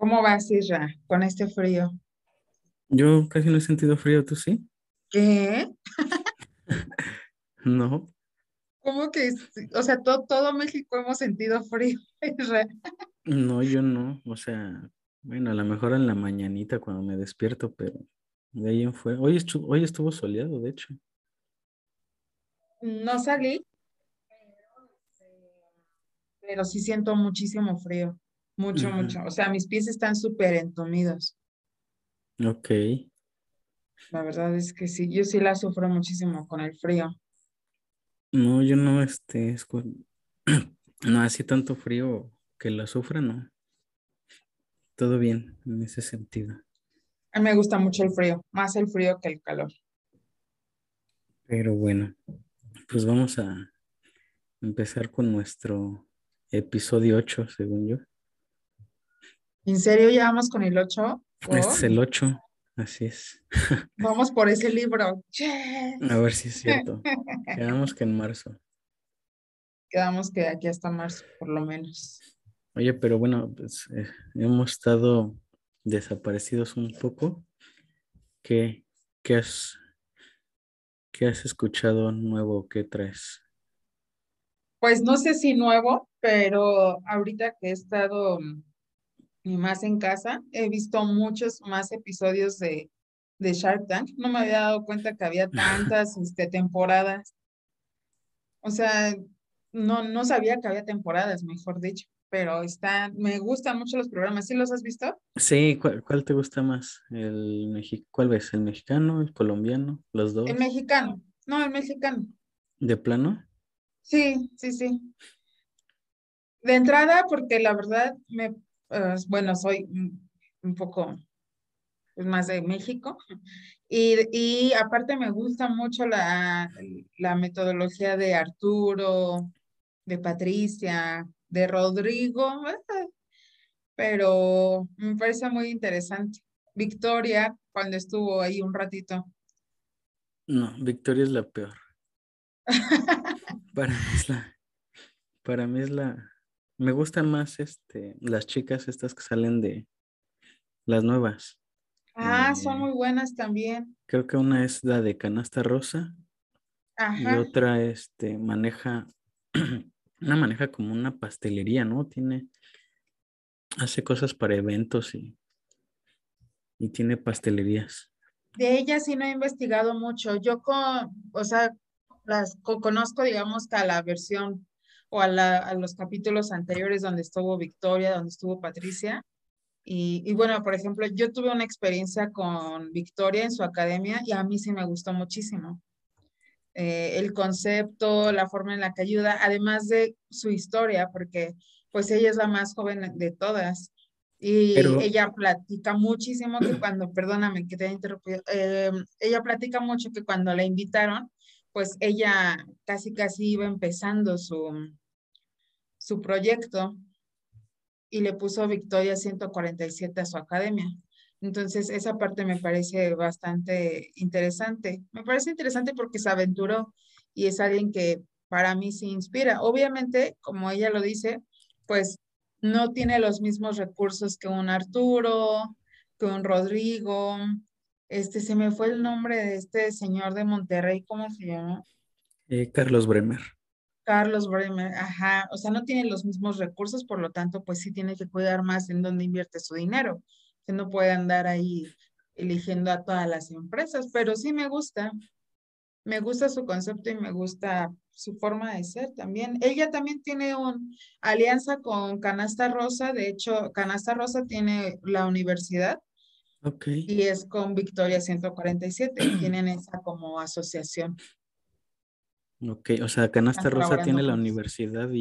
¿Cómo vas, Isra, con este frío? Yo casi no he sentido frío, ¿tú sí? ¿Qué? No, ¿Cómo que, o sea, todo México hemos sentido frío, Isra? no, yo no. O sea, bueno, a lo mejor en la mañanita cuando me despierto, pero de ahí en fue. Hoy estuvo soleado, de hecho. No salí, pero sí siento muchísimo frío, mucho, Ujú. mucho. O sea, mis pies están súper entumidos. Ok. La verdad es que sí, yo sí la sufro muchísimo con el frío. No, yo no, no así tanto frío que la sufra, no. Todo bien en ese sentido. A mí me gusta mucho el frío, más el frío que el calor. Pero bueno, pues vamos a empezar con nuestro episodio 8, según yo. ¿En serio ya vamos con el 8? Este Oh, es el 8, así es. vamos por ese libro. A Yes. ver si es cierto. Quedamos que en marzo. Quedamos que aquí hasta marzo, por lo menos. Oye, pero bueno, pues hemos estado desaparecidos un poco. ¿Qué, qué has, qué has escuchado nuevo? ¿Qué traes? Pues no sé si nuevo, pero ahorita que he estado más en casa, he visto muchos más episodios de Shark Tank. No me había dado cuenta que había tantas temporadas. O sea, no sabía que había temporadas, mejor dicho. Pero me gustan mucho los programas. ¿Sí los has visto? Sí, ¿cuál te gusta más? ¿Cuál ves? ¿El mexicano, el colombiano, los El dos? mexicano. No, el mexicano. ¿De plano? Sí, sí, sí. De entrada, porque la verdad bueno, soy un poco pues, más de México. Y aparte me gusta mucho la metodología de Arturo, de Patricia, de Rodrigo, pero me parece muy interesante. Victoria, cuando estuvo ahí un ratito. No, Victoria es la peor. Para mí es me gustan más las chicas estas que salen de las nuevas. Ah, son muy Eh, buenas también. Creo que una es la de Canasta Rosa y Ajá. otra maneja, una maneja como una pastelería, ¿no? Hace cosas para eventos y tiene pastelerías. De ella sí no he investigado mucho. O sea, conozco, digamos, que a la versión o a los capítulos anteriores donde estuvo Victoria, donde estuvo Patricia. Y bueno, por ejemplo, yo tuve una experiencia con Victoria en su academia y a mí sí me gustó muchísimo. El concepto, la forma en la que ayuda, además de su historia, porque pues ella es la más joven de todas. Y Pero, ella platica muchísimo que cuando, perdóname que te haya interrumpido, ella platica mucho que cuando la invitaron, pues ella casi casi iba empezando su proyecto y le puso Victoria 147 a su academia. Entonces, esa parte me parece bastante interesante. Me parece interesante porque se aventuró y es alguien que para mí se inspira. Obviamente, como ella lo dice, pues no tiene los mismos recursos que un Arturo, que un Rodrigo. Se me fue el nombre de este señor de Monterrey, ¿cómo se llama? Carlos Bremer. Carlos Bremer, ajá, o sea, no tiene los mismos recursos, por lo tanto, pues sí tiene que cuidar más en dónde invierte su dinero, que no puede andar ahí eligiendo a todas las empresas, pero sí me gusta su concepto y me gusta su forma de ser también. Ella también tiene una alianza con Canasta Rosa, de hecho, Canasta Rosa tiene la universidad Ok. y es con Victoria 147, tienen esa como asociación, Ok, o sea, Canasta están Rosa colaborando tiene la juntos. universidad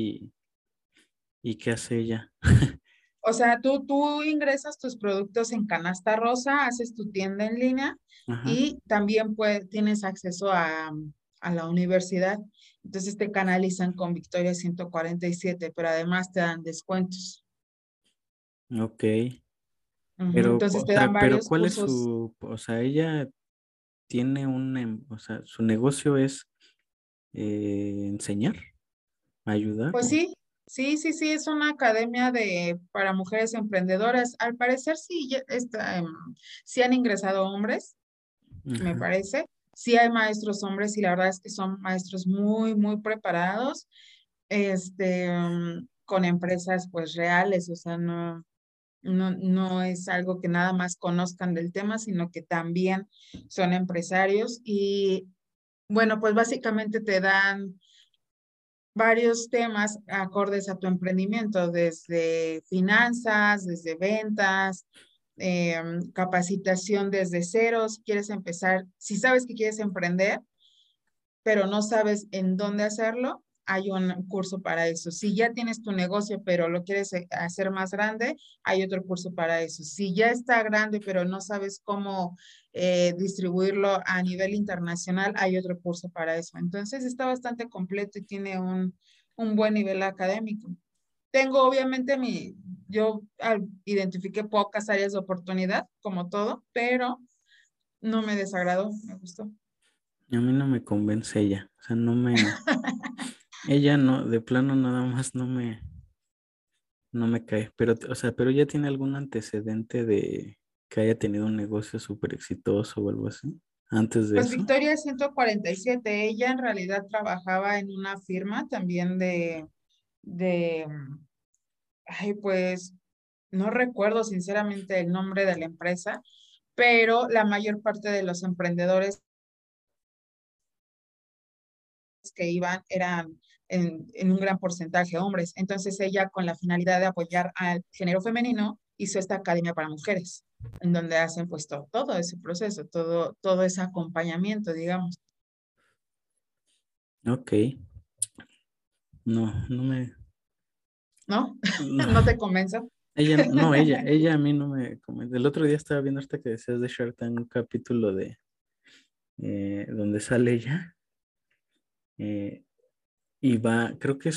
y ¿qué hace ella? O sea, tú ingresas tus productos en canasta rosa, haces tu tienda en línea Ajá. y también tienes acceso a la universidad. Entonces te canalizan con Victoria 147, pero además te dan descuentos. Ok. Ujú. Pero, Entonces o te sea, dan pero varios ¿cuál es cursos. o sea, ella tiene o sea, su negocio es enseñar, ayudar Pues sí, Sí, es una academia para mujeres emprendedoras. Al parecer sí, sí han ingresado hombres, me Ajá. parece. Sí hay maestros hombres y la verdad es que son maestros muy, muy preparados, con empresas pues reales, o sea, no es algo que nada más conozcan del tema, sino que también son empresarios y bueno, pues básicamente te dan varios temas acordes a tu emprendimiento, desde finanzas, desde ventas, capacitación desde cero, si quieres empezar, si sabes que quieres emprender, pero no sabes en dónde hacerlo, hay un curso para eso. Si ya tienes tu negocio, pero lo quieres hacer más grande, hay otro curso para eso. Si ya está grande, pero no sabes cómo distribuirlo a nivel internacional, hay otro curso para eso. Entonces está bastante completo y tiene un buen nivel académico. Tengo obviamente yo identifiqué pocas áreas de oportunidad, como todo, pero no me desagradó, me gustó. A mí no me convence ella. O sea, ella no, de plano nada más no me cae. Pero, o sea, pero ya tiene algún antecedente de que haya tenido un negocio súper exitoso o algo así. Antes de Pues eso. Victoria 147, ella en realidad trabajaba en una firma también de, ay, pues no recuerdo sinceramente el nombre de la empresa, pero la mayor parte de los emprendedores que iban eran en un gran porcentaje hombres. Entonces ella, con la finalidad de apoyar al género femenino, hizo esta academia para mujeres, en donde hacen pues todo ese proceso, todo ese acompañamiento, digamos, Ok. No, no me. ¿no? No. ¿No te convenzo? Ella a mí no me convence. El otro día estaba viendo hasta que decías de Shark Tank, un capítulo de donde sale ella. eh, y va,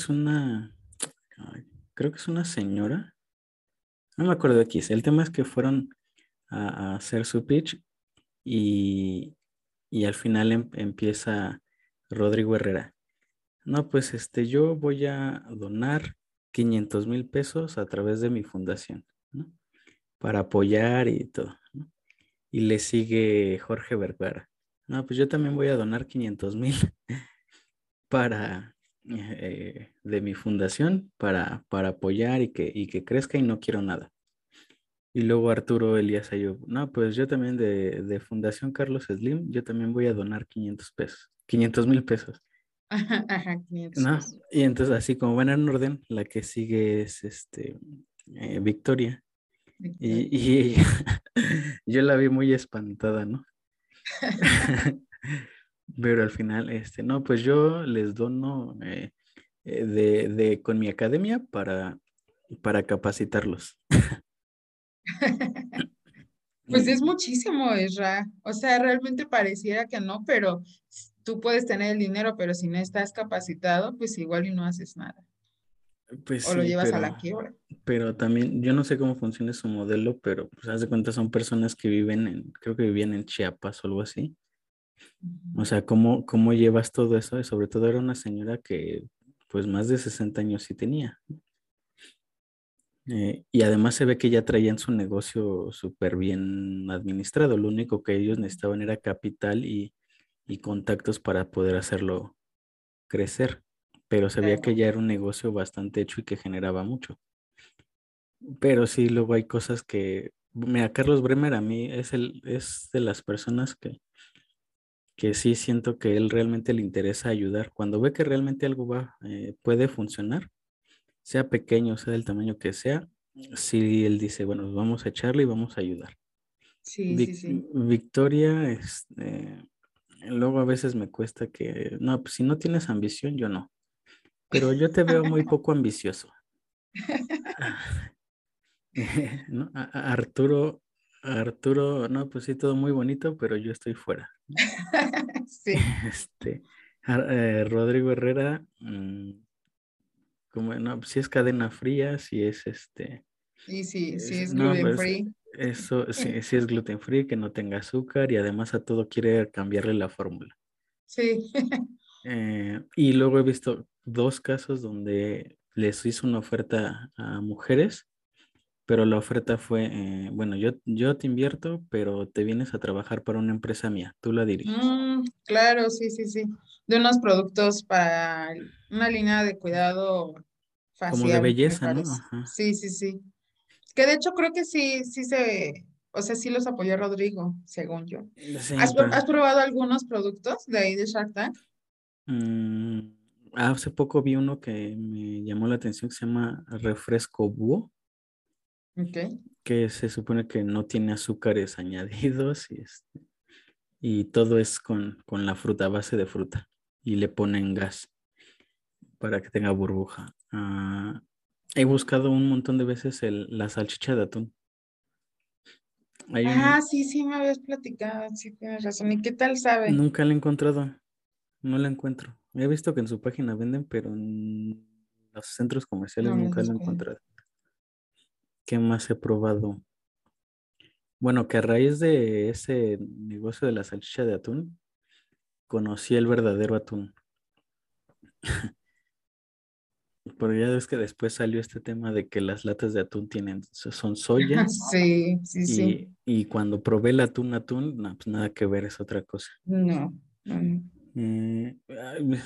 ay, creo que es una señora. No me acuerdo de quién es. El tema es que fueron a hacer su pitch y, y al final empieza Rodrigo Herrera. No, pues yo voy a donar 500,000 pesos a través de mi fundación, ¿no? Para apoyar y todo, ¿no? Y le sigue Jorge Vergara. No, pues yo también voy a donar 500,000 para de mi fundación para apoyar y que crezca y no quiero nada. Y luego Arturo Elías Ayub. No, pues yo también de Fundación Carlos Slim, yo también voy a donar 500 pesos, 500,000 pesos. Ajá, 500 No, pesos. y entonces así como van en orden, la que sigue es Victoria. Y ella, yo la vi muy espantada, ¿no? Pero al final, no, pues yo les dono con mi academia para capacitarlos. Pues es Y, muchísimo, Isra. O sea, realmente pareciera que no, pero tú puedes tener el dinero, pero si no estás capacitado, pues igual y no haces nada. pues O lo sí, llevas a la quiebra. pero también, yo no sé cómo funciona su modelo, pero pues haz de cuenta son personas que viven creo que vivían en Chiapas o algo así. O Ujú. sea, ¿cómo llevas todo eso? Y sobre todo era una señora que pues más de 60 años sí tenía. Y además se ve que ya traían su negocio súper bien administrado. Lo único que ellos necesitaban era capital y contactos para poder hacerlo crecer. Pero se veía que Claro. ya era un negocio bastante hecho y que generaba mucho. Pero sí, luego hay cosas mira, Carlos Bremer a mí es de las personas que sí siento que él realmente le interesa ayudar. Cuando ve que realmente algo puede funcionar, sea pequeño, sea del tamaño que sea, sí, él dice, bueno, pues vamos a echarle y vamos a ayudar. Sí, sí, sí. Victoria, luego a veces me cuesta no, pues si no tienes ambición, yo no. Pero yo te veo muy poco ambicioso. ¿No? Arturo, no, pues sí, todo muy bonito, pero yo estoy fuera. Sí, Este, Rodrigo Herrera, como, no, si es cadena fría, si es y sí, sí es no, gluten pues free. eso sí es gluten free, que no tenga azúcar y además a todo quiere cambiarle la fórmula. Sí. Y luego he visto dos casos donde les hizo una oferta a mujeres, pero la oferta fue, bueno, yo te invierto, pero te vienes a trabajar para una empresa mía, tú la diriges. Claro, sí, sí, sí. De unos productos para una línea de cuidado Como de facial, me belleza, ¿no? parece. Ajá. Sí, sí, sí. Que de hecho creo que sí, o sea, sí los apoyó Rodrigo, según yo. Sí, ¿Has pero probado algunos productos de ahí de Shark Tank? mm, hace poco vi uno que me llamó la atención que se llama Refresco Búho, Ok. que se supone que no tiene azúcares añadidos y todo es con la fruta, a base de fruta. Y le ponen gas para que tenga burbuja. He buscado un montón de veces la salchicha de atún. Hay Ah, un, sí, sí, me habías platicado, sí, tienes razón. ¿Y qué tal sabe? nunca la he encontrado, no la encuentro. He visto que en su página venden, pero en los centros comerciales No, les nunca la he descubrí. encontrado. ¿Qué más he probado? Bueno, que a raíz de ese negocio de la salchicha de atún, conocí el verdadero atún. Pero ya ves que después salió este tema de que las latas de atún son soya Sí, sí, sí. y cuando probé el atún, no, pues nada que ver, es otra cosa. No, no, no. Ay,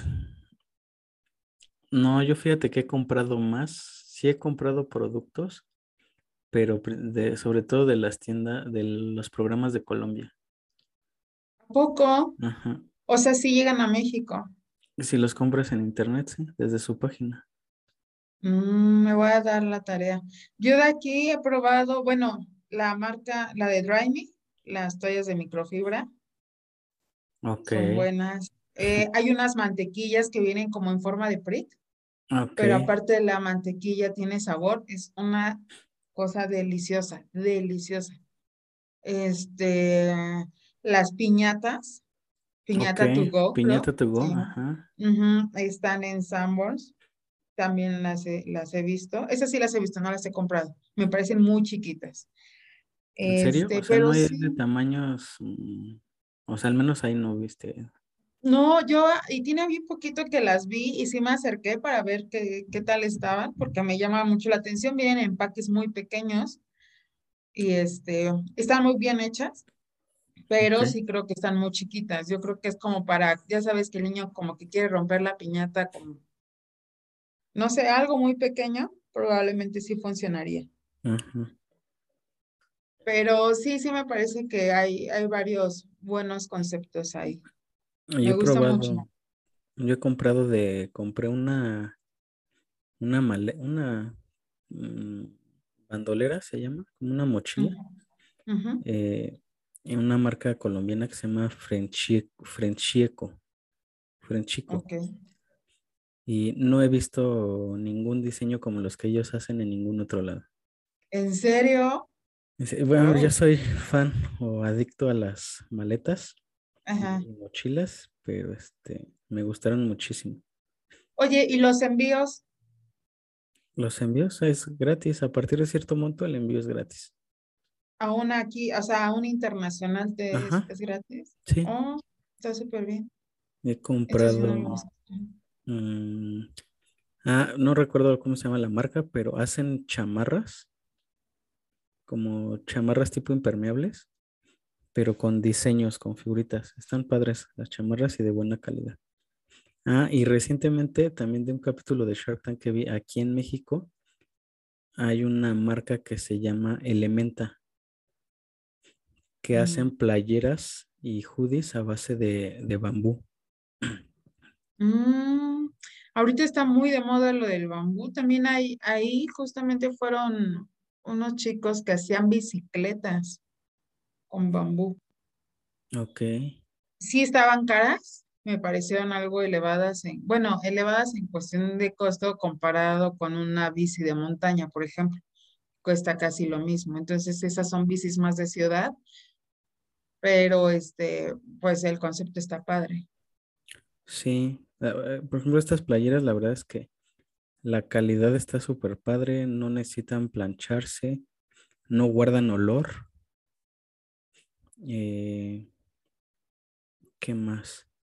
no, yo fíjate que he comprado más, sí he comprado productos, pero sobre todo de las tiendas, de los programas de Colombia. ¿A poco? Ajá. O sea, sí llegan a México. Si los compras en internet, sí, desde su página. Me voy a dar la tarea. Yo de aquí he probado, bueno, la marca, la de Dry Me, las toallas de microfibra, Ok, son buenas. Hay unas mantequillas que vienen como en forma de prick, ok, pero aparte de la mantequilla tiene sabor, es una cosa deliciosa, deliciosa. Este, las piñatas, ok. piñata to go, creo, Piñata to se go, llama. ajá. Ujú, están en Sanborns. También las he visto. Esas sí las he visto, no las he comprado. Me parecen muy chiquitas. ¿En serio? O sea, no Pero hay de sí. tamaños, o sea, al menos ahí no viste. No, y tiene bien poquito que las vi y sí me acerqué para ver qué tal estaban, porque me llama mucho la atención. Vienen en empaques muy pequeños y están muy bien hechas, Ok, pero sí creo que están muy chiquitas. Yo creo que es como para, ya sabes que el niño como que quiere romper la piñata, como, no sé, algo muy pequeño, probablemente sí funcionaría. ajá. Pero sí, sí me parece que hay varios buenos conceptos ahí. Yo Me he gusta mucho. probado, yo he comprado compré una mm, bandolera, se llama, como una mochila, Ujú, ujú, en una marca colombiana que se llama Frenchico. ok. Y no he visto ningún diseño como los que ellos hacen en ningún otro lado. ¿En serio? Bueno, yo Wow. soy fan o adicto a las maletas Ajá. y mochilas, pero me gustaron muchísimo. Oye, ¿y los envíos Los envíos es gratis, a partir de cierto monto el envío es gratis. aún aquí, o sea, aún internacional Ajá, es gratis? sí, Oh, está súper bien. he Eso sí no lo he comprado, visto. mm, no recuerdo cómo se llama la marca, pero hacen chamarras, como chamarras tipo impermeables, pero con diseños, con figuritas. Están padres las chamarras y de buena calidad. Y recientemente también de un capítulo de Shark Tank que vi aquí en México, hay una marca que se llama Elementa, que Mm. hacen playeras y hoodies a base de bambú. Mm, ahorita está muy de moda lo del bambú. También ahí justamente fueron unos chicos que hacían bicicletas con bambú. Ok, Sí estaban caras, me parecieron algo elevadas bueno, elevadas en cuestión de costo comparado con una bici de montaña, por ejemplo, cuesta casi lo mismo. Entonces, esas son bicis más de ciudad, pero pues el concepto está padre. sí. Por ejemplo, estas playeras, la verdad es que la calidad está súper padre, no necesitan plancharse, no guardan olor. Eh, ¿Qué más?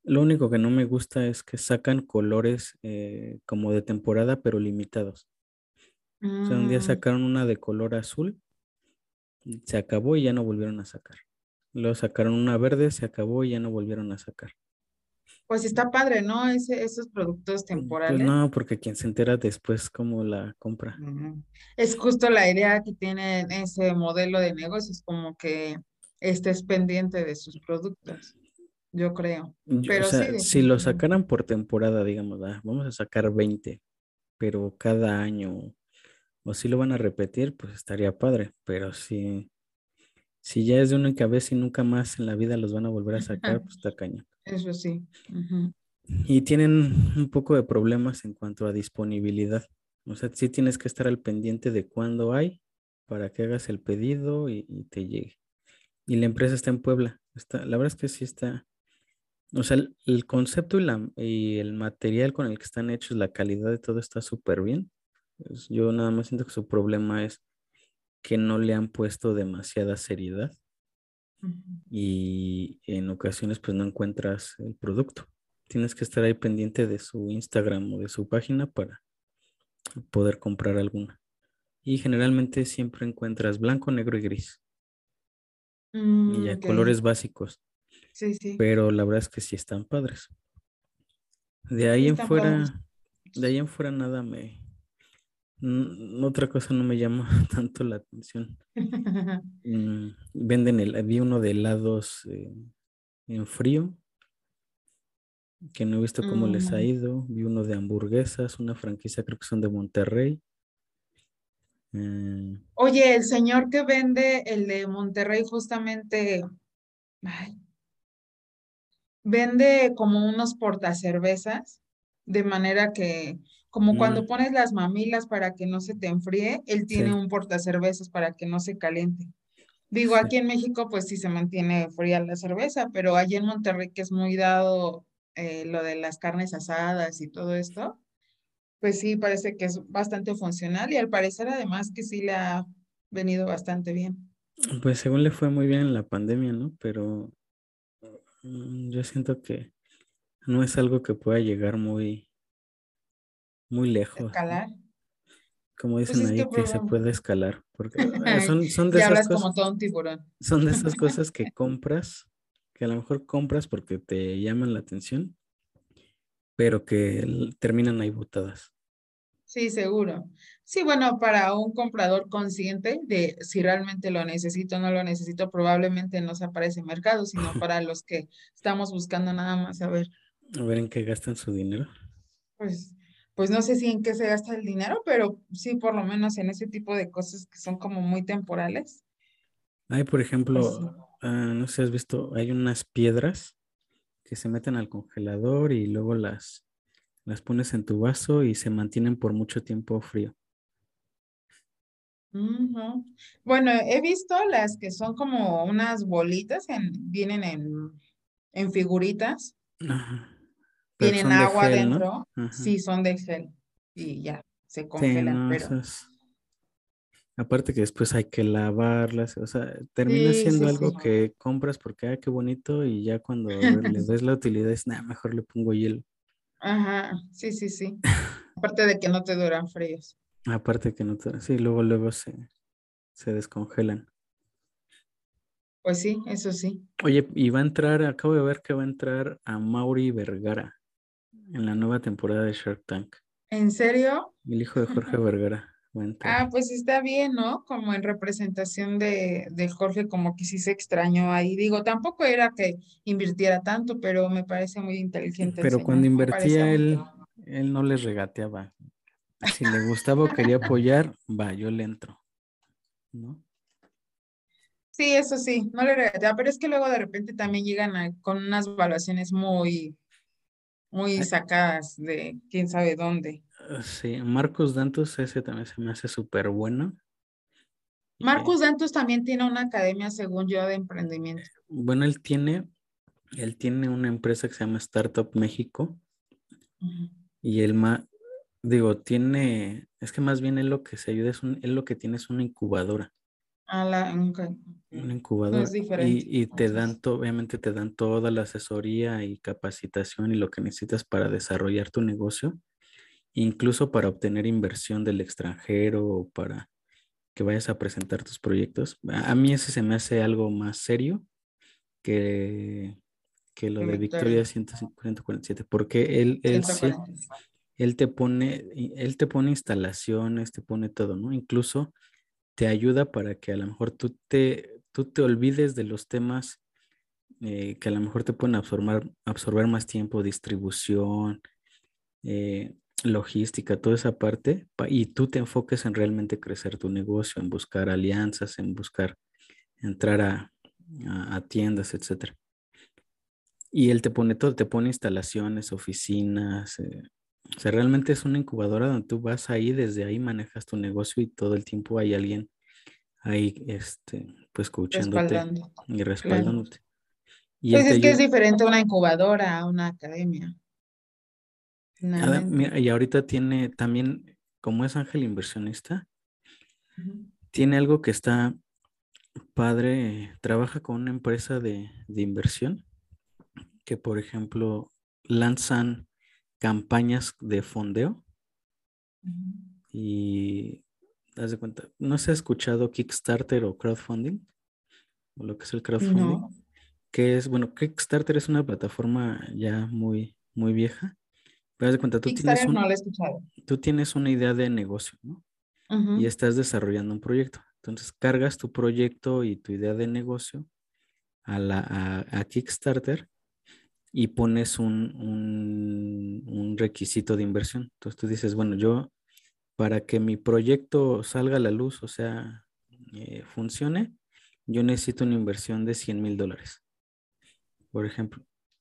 Lo único que no me gusta es que sacan colores como de temporada, pero limitados. O sea, un día Mm, sacaron una de color azul, se acabó y ya no volvieron a sacar. Luego sacaron una verde, se acabó y ya no volvieron a sacar. pues está padre, ¿no? Esos productos Pues temporales. no, porque quien se entera después cómo la compra. Ujú. Es justo la idea que tienen ese modelo de negocios, como que estés pendiente de sus productos, yo creo. O Pero sí, sea, si lo definitivamente. sacaran por temporada, digamos, vamos a sacar 20, pero cada año, o si lo van a repetir, pues estaría padre. Pero si ya es de única vez y nunca más en la vida los van a volver a sacar, pues está cañón. Eso sí. Ujú. Y tienen un poco de problemas en cuanto a disponibilidad. O sea, sí tienes que estar al pendiente de cuándo hay para que hagas el pedido y te llegue. Y la empresa está en Puebla. La verdad es que sí está. O sea, el concepto y el material con el que están hechos, la calidad de todo está súper bien. Yo nada más siento que su problema es que no le han puesto demasiada seriedad Ujú. y en ocasiones pues no encuentras el producto. Tienes que estar ahí pendiente de su Instagram o de su página para poder comprar alguna. Y generalmente siempre encuentras blanco, negro y gris. Y ya Ok, colores básicos. sí, sí. Pero la verdad es que sí están padres. De Sí, ahí en están padres. fuera, de ahí en fuera nada otra cosa no me llama tanto la atención. Vi uno de helados en frío, que no he visto cómo les ha Mm. ido. Vi uno de hamburguesas, una franquicia, creo que son de Monterrey. Eh, Oye, el señor que vende el de Monterrey justamente, ay, vende como unos portacervezas, de manera que, como cuando mm, pones las mamilas para que no se te enfríe, él tiene sí, un portacervezas para que no se caliente. Digo, sí. aquí en México pues sí se mantiene fría la cerveza, pero allí en Monterrey que es muy dado lo de las carnes asadas y todo esto, pues sí parece que es bastante funcional y al parecer además que sí le ha venido bastante bien. Pues según le fue muy bien en la pandemia, ¿no? Pero yo siento que no es algo que pueda llegar muy lejos, ¿no? Escalar. Como Pues dicen es que ahí, que se puede escalar, porque son de ya esas hablas cosas, como todo un tiburón. son de esas cosas que compras, que a lo mejor compras porque te llaman la atención, pero que terminan ahí botadas. Sí, seguro. Sí, bueno, para un comprador consciente de si realmente lo necesito o no lo necesito, probablemente no se aparece en mercado, sino para los que estamos buscando nada más saber, A ver en qué gastan su dinero. pues, pues no sé si en qué se gasta el dinero, pero sí, por lo menos en ese tipo de cosas que son como muy temporales, Hay, por pues sí. ejemplo, no sé si has visto, hay unas piedras que se meten al congelador y luego las pones en tu vaso y se mantienen por mucho tiempo frío. Ujú. Bueno, he visto las que son como unas bolitas, vienen en figuritas, Ajá. Pero tienen son de agua gel, ¿no? dentro, Ajá. sí son de gel y ya, se Sí, congelan, no, pero esas. Aparte que después hay que lavarlas, o sea, termina sí, siendo sí, sí. algo que compras porque, qué bonito, y ya cuando le ves la utilidad es, nada, mejor le pongo hielo. Ajá, sí, sí, sí. Aparte de que no te duran fríos. Aparte que no, sí, luego se descongelan. Pues sí, eso sí. Oye, y va a entrar, acabo de ver que va a entrar a Mauri Vergara en la nueva temporada de Shark Tank. ¿En serio? El hijo de Jorge Vergara va a Ah, entrar. pues está bien, ¿no? Como en representación de Jorge, como que sí se extrañó ahí. Digo, tampoco era que invirtiera tanto, pero me parece muy inteligente el Pero señor. cuando Me parece invertía bonito. él no les regateaba. Si le gustaba o quería apoyar, va, yo le entro, ¿no? Sí, eso sí, no le regatea, pero es que luego de repente también llegan con unas evaluaciones muy, muy Ay, sacadas de quién sabe dónde. sí, Marcos Dantos, ese también se me hace súper bueno. Marcus Dantus también tiene una academia, según yo, de emprendimiento. Bueno, él tiene una empresa que se llama Startup México Ujú. y digo, es que más bien él lo que se ayuda él lo que tiene es una incubadora. Ok, una ok. No es incubadora, diferente. y te dan, Entonces, obviamente te dan toda la asesoría y capacitación y lo que necesitas para desarrollar tu negocio, incluso para obtener inversión del extranjero o para que vayas a presentar tus proyectos. A mí ese se me hace algo más serio que, que lo de Victoria, Victoria 147, porque él sí, 140. él te pone instalaciones, te pone todo, ¿no? Incluso te ayuda para que a lo mejor tú te olvides de los temas que a lo mejor te pueden absorber más tiempo, distribución, logística, toda esa parte, y tú te enfoques en realmente crecer tu negocio, en buscar alianzas, en buscar entrar a tiendas, etcétera. Y él te pone todo, te pone instalaciones, oficinas. O sea, realmente es una incubadora donde tú vas ahí, desde ahí manejas tu negocio y todo el tiempo hay alguien ahí, pues, coachándote Respaldando. y Claro. respaldándote. Y él Pues te es que es ayuda. diferente una incubadora a una academia, finalmente. Mira, y ahorita tiene también, como es ángel inversionista, Ujú. tiene algo que está padre. Trabaja con una empresa de inversión que, por ejemplo, lanzan campañas de fondeo Ujú. y haz de cuenta, no se ha escuchado Kickstarter o crowdfunding, o lo que es el crowdfunding, No. que es, bueno, Kickstarter es una plataforma ya muy, muy vieja, pero haz de cuenta, Kickstarter no lo he escuchado. tú tienes una idea de negocio, ¿no? Y Ujú. estás desarrollando un proyecto. Entonces cargas tu proyecto y tu idea de negocio a Kickstarter y pones un requisito de inversión. Entonces tú dices, bueno, yo para que mi proyecto salga a la luz, o sea, funcione, yo necesito una inversión de $100,000, por ejemplo.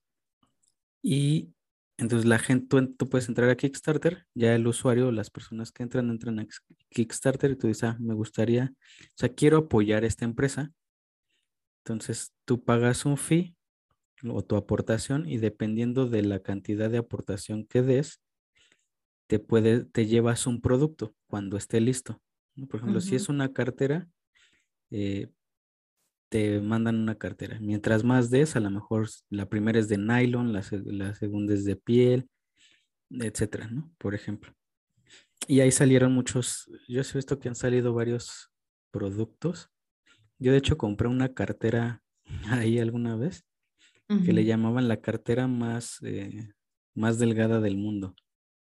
Y entonces la gente, tú puedes entrar a Kickstarter, ya el usuario, las personas que entran a Kickstarter y tú dices, me gustaría, o sea, quiero apoyar esta empresa. Entonces tú pagas un fee o tu aportación y dependiendo de la cantidad de aportación que des, te llevas un producto cuando esté listo, ¿no? Por ejemplo, si Ujú. es una cartera, eh, te mandan una cartera. Mientras más des, a lo mejor la primera es de nylon, la segunda es de piel, etcétera, ¿no? Por ejemplo. Y ahí salieron muchos, yo he visto que han salido varios productos. Yo de hecho compré una cartera ahí alguna vez que le Ujú. llamaban la cartera más delgada del mundo.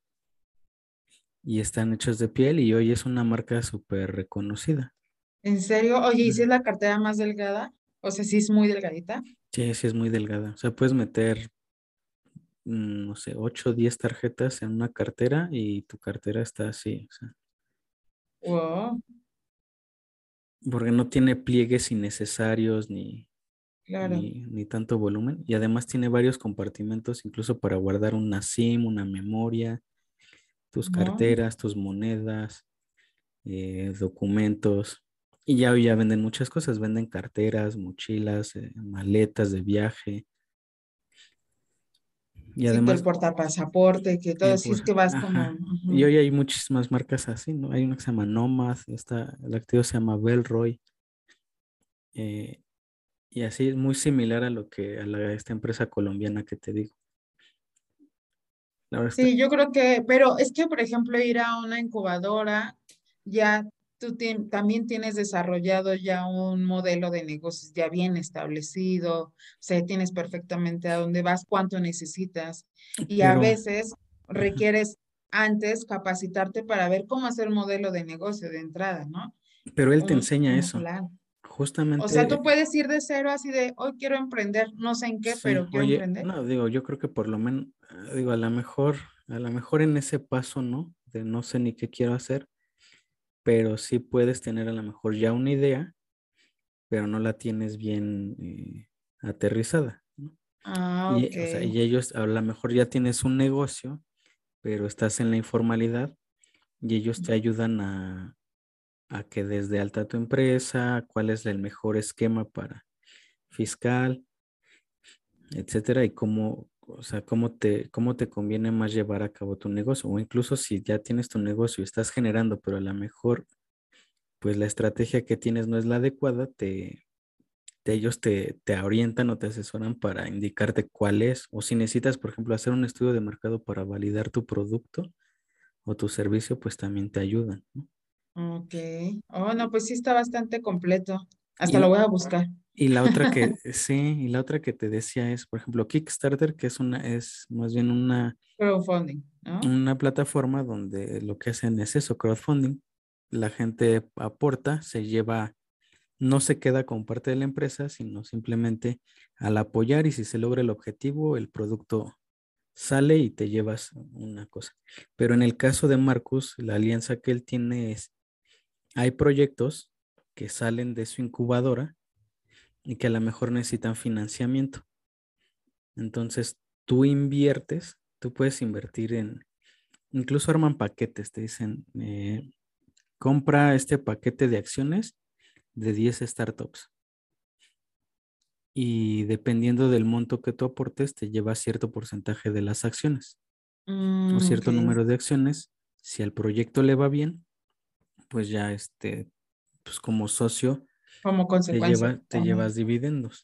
Y están hechos de piel y hoy es una marca súper reconocida. ¿En serio? Oye, ¿y si Mm. es la cartera más delgada? O sea, sí es muy delgadita. Sí, sí es muy delgada. O sea, puedes meter, no sé, 8 o 10 tarjetas en una cartera y tu cartera está así. O sea, Wow, porque no tiene pliegues innecesarios claro. ni tanto volumen. Y además tiene varios compartimentos, incluso para guardar una SIM, una memoria, tus No. carteras, tus monedas, documentos. Y ya hoy ya venden muchas cosas, venden carteras, mochilas, maletas de viaje. Y Sí, que el además, portapasaporte, que todo, sí es que vas como, ajá. Y ujú. hoy hay muchísimas marcas así, ¿no? Hay una que se llama Nomad, el activo se llama Bellroy. eh, y así es muy similar a esta empresa colombiana que te digo. La verdad está, Sí, yo creo que, pero es que, por ejemplo, ir a una incubadora, ya también tienes desarrollado ya un modelo de negocios ya bien establecido, o sea, tienes perfectamente a dónde vas, cuánto necesitas, y a pero, veces ujú, requieres antes capacitarte para ver cómo hacer un modelo de negocio de entrada, ¿no? pero él te enseña Un eso. plan. O sea, tú Justamente, puedes ir de cero así de, hoy quiero emprender, no sé en qué, sí, pero quiero oye, emprender. no, digo, yo creo que por lo menos, digo, a lo mejor en ese paso, ¿no? De no sé ni qué quiero hacer, pero sí puedes tener a lo mejor ya una idea, pero no la tienes bien aterrizada, ¿no? Ah, ok. Y, o sea, y ellos a lo mejor ya tienes un negocio, pero estás en la informalidad y ellos te ayudan a que desde alta tu empresa, cuál es el mejor esquema para fiscal, etcétera, y cómo, o sea, cómo te conviene más llevar a cabo tu negocio, o incluso si ya tienes tu negocio y estás generando, pero a lo mejor pues la estrategia que tienes no es la adecuada, ellos te orientan o te asesoran para indicarte cuál es, o si necesitas, por ejemplo, hacer un estudio de mercado para validar tu producto o tu servicio, pues también te ayudan, ¿no? Ok. Oh, no, pues sí está bastante completo. Hasta lo Y, voy a buscar. y la otra que, sí, y la otra que te decía es, por ejemplo, Kickstarter, que es más bien Crowdfunding, ¿no? una plataforma donde lo que hacen es eso, crowdfunding. La gente aporta, no se queda con parte de la empresa, sino simplemente al apoyar y si se logra el objetivo, el producto sale y te llevas una cosa. Pero en el caso de Marcus, la alianza que él tiene hay proyectos que salen de su incubadora y que a lo mejor necesitan financiamiento. Entonces, tú puedes invertir incluso arman paquetes, te dicen, compra este paquete de acciones de 10 startups y dependiendo del monto que tú aportes, te lleva cierto porcentaje de las acciones o Ok. cierto número de acciones. Si al proyecto le va bien, pues ya pues como socio Como consecuencia te llevas también. dividendos.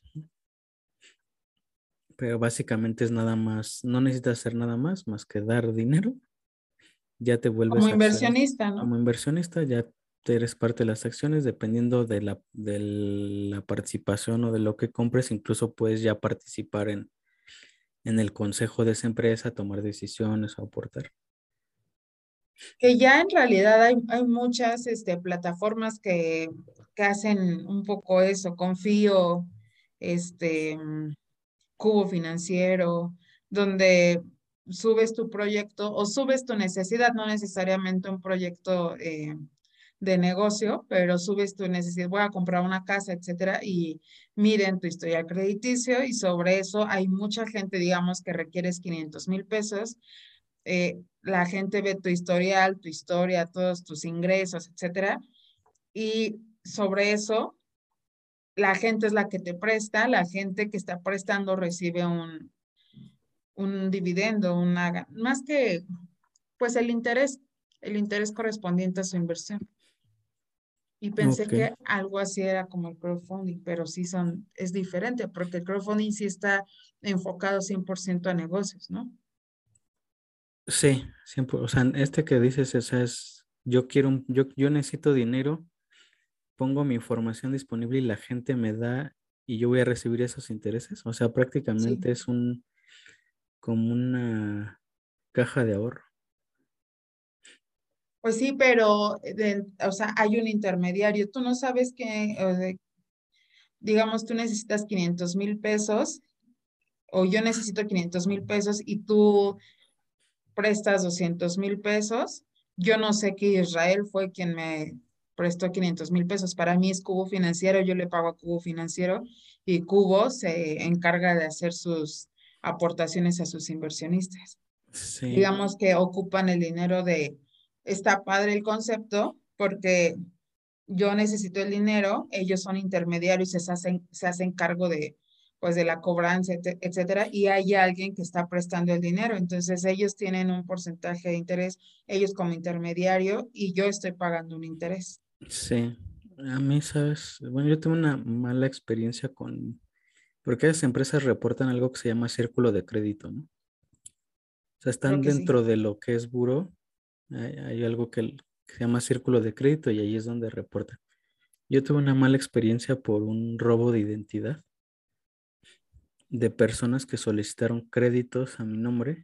Pero básicamente es nada más, no necesitas hacer nada más que dar dinero, ya te Como vuelves acción inversionista, ¿no? como inversionista, ya eres parte de las acciones, dependiendo de la participación o de lo que compres, incluso puedes ya participar en el consejo de esa empresa, tomar decisiones o aportar. Que ya en realidad hay muchas plataformas que hacen un poco eso. Confío, este, mm, Cubo Financiero, donde subes tu proyecto o subes tu necesidad, no necesariamente un proyecto de negocio, pero subes tu necesidad, voy a comprar una casa, etcétera, y miden tu historial crediticio y sobre eso hay mucha gente, digamos, que requieres 500,000 pesos. La gente ve tu historial, tu historia, todos tus ingresos, etcétera, y sobre eso la gente es la que te presta, la gente que está prestando recibe un dividendo, más que, pues el interés correspondiente a su inversión. Y pensé Ok, que algo así era como el crowdfunding, pero sí es diferente, porque el crowdfunding sí está enfocado 100% a negocios, ¿no? sí, siempre, o sea, este que dices, o sea, yo necesito dinero, pongo mi información disponible y la gente me da y yo voy a recibir esos intereses. O sea, Sí. prácticamente como una caja de ahorro. Pues sí, pero, o sea, hay un intermediario. Tú no sabes que, digamos, tú necesitas 500,000 pesos o yo necesito 500,000 pesos y tú prestas 200,000 pesos. Yo no sé que Israel fue quien me prestó 500,000 pesos. Para mí es Cubo Financiero, yo le pago a Cubo Financiero y Cubo se encarga de hacer sus aportaciones a sus inversionistas. Sí, Digamos que ocupan el dinero está padre el concepto porque yo necesito el dinero, ellos son intermediarios y se hacen cargo pues, de la cobranza, etcétera, y hay alguien que está prestando el dinero. Entonces, ellos tienen un porcentaje de interés, ellos como intermediario, y yo estoy pagando un interés. sí. A mí, ¿sabes? Bueno, yo tengo una mala experiencia porque esas empresas reportan algo que se llama círculo de crédito, ¿no? O sea, Creo están que sí. dentro de lo que es buró, hay algo que se llama círculo de crédito y ahí es donde reportan. Yo tuve una mala experiencia por un robo de identidad de personas que solicitaron créditos a mi nombre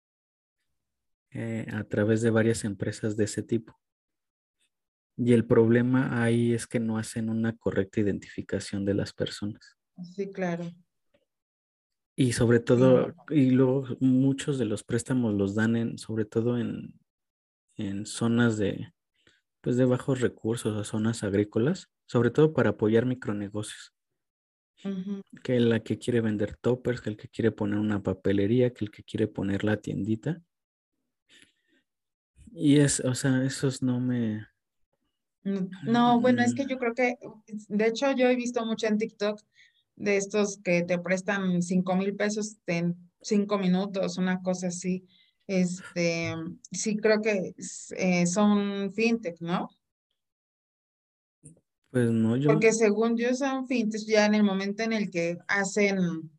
a través de varias empresas de ese tipo. Y el problema ahí es que no hacen una correcta identificación de las personas. Sí, claro. Y sobre Sí. todo, y luego muchos de los préstamos los dan sobre todo en zonas pues de bajos recursos o zonas agrícolas, sobre todo para apoyar micronegocios, Ujú. que la que quiere vender toppers, que el que quiere poner una papelería, que el que quiere poner la tiendita. Y o sea, esos no me... No, bueno, es mm, que yo creo que, de hecho, yo he visto mucho en TikTok de estos que te prestan 5,000 pesos en 5 minutos, una cosa así. Sí, creo que son fintech, ¿no? Pues no, Porque según yo son fintechs ya en el momento en el que hacen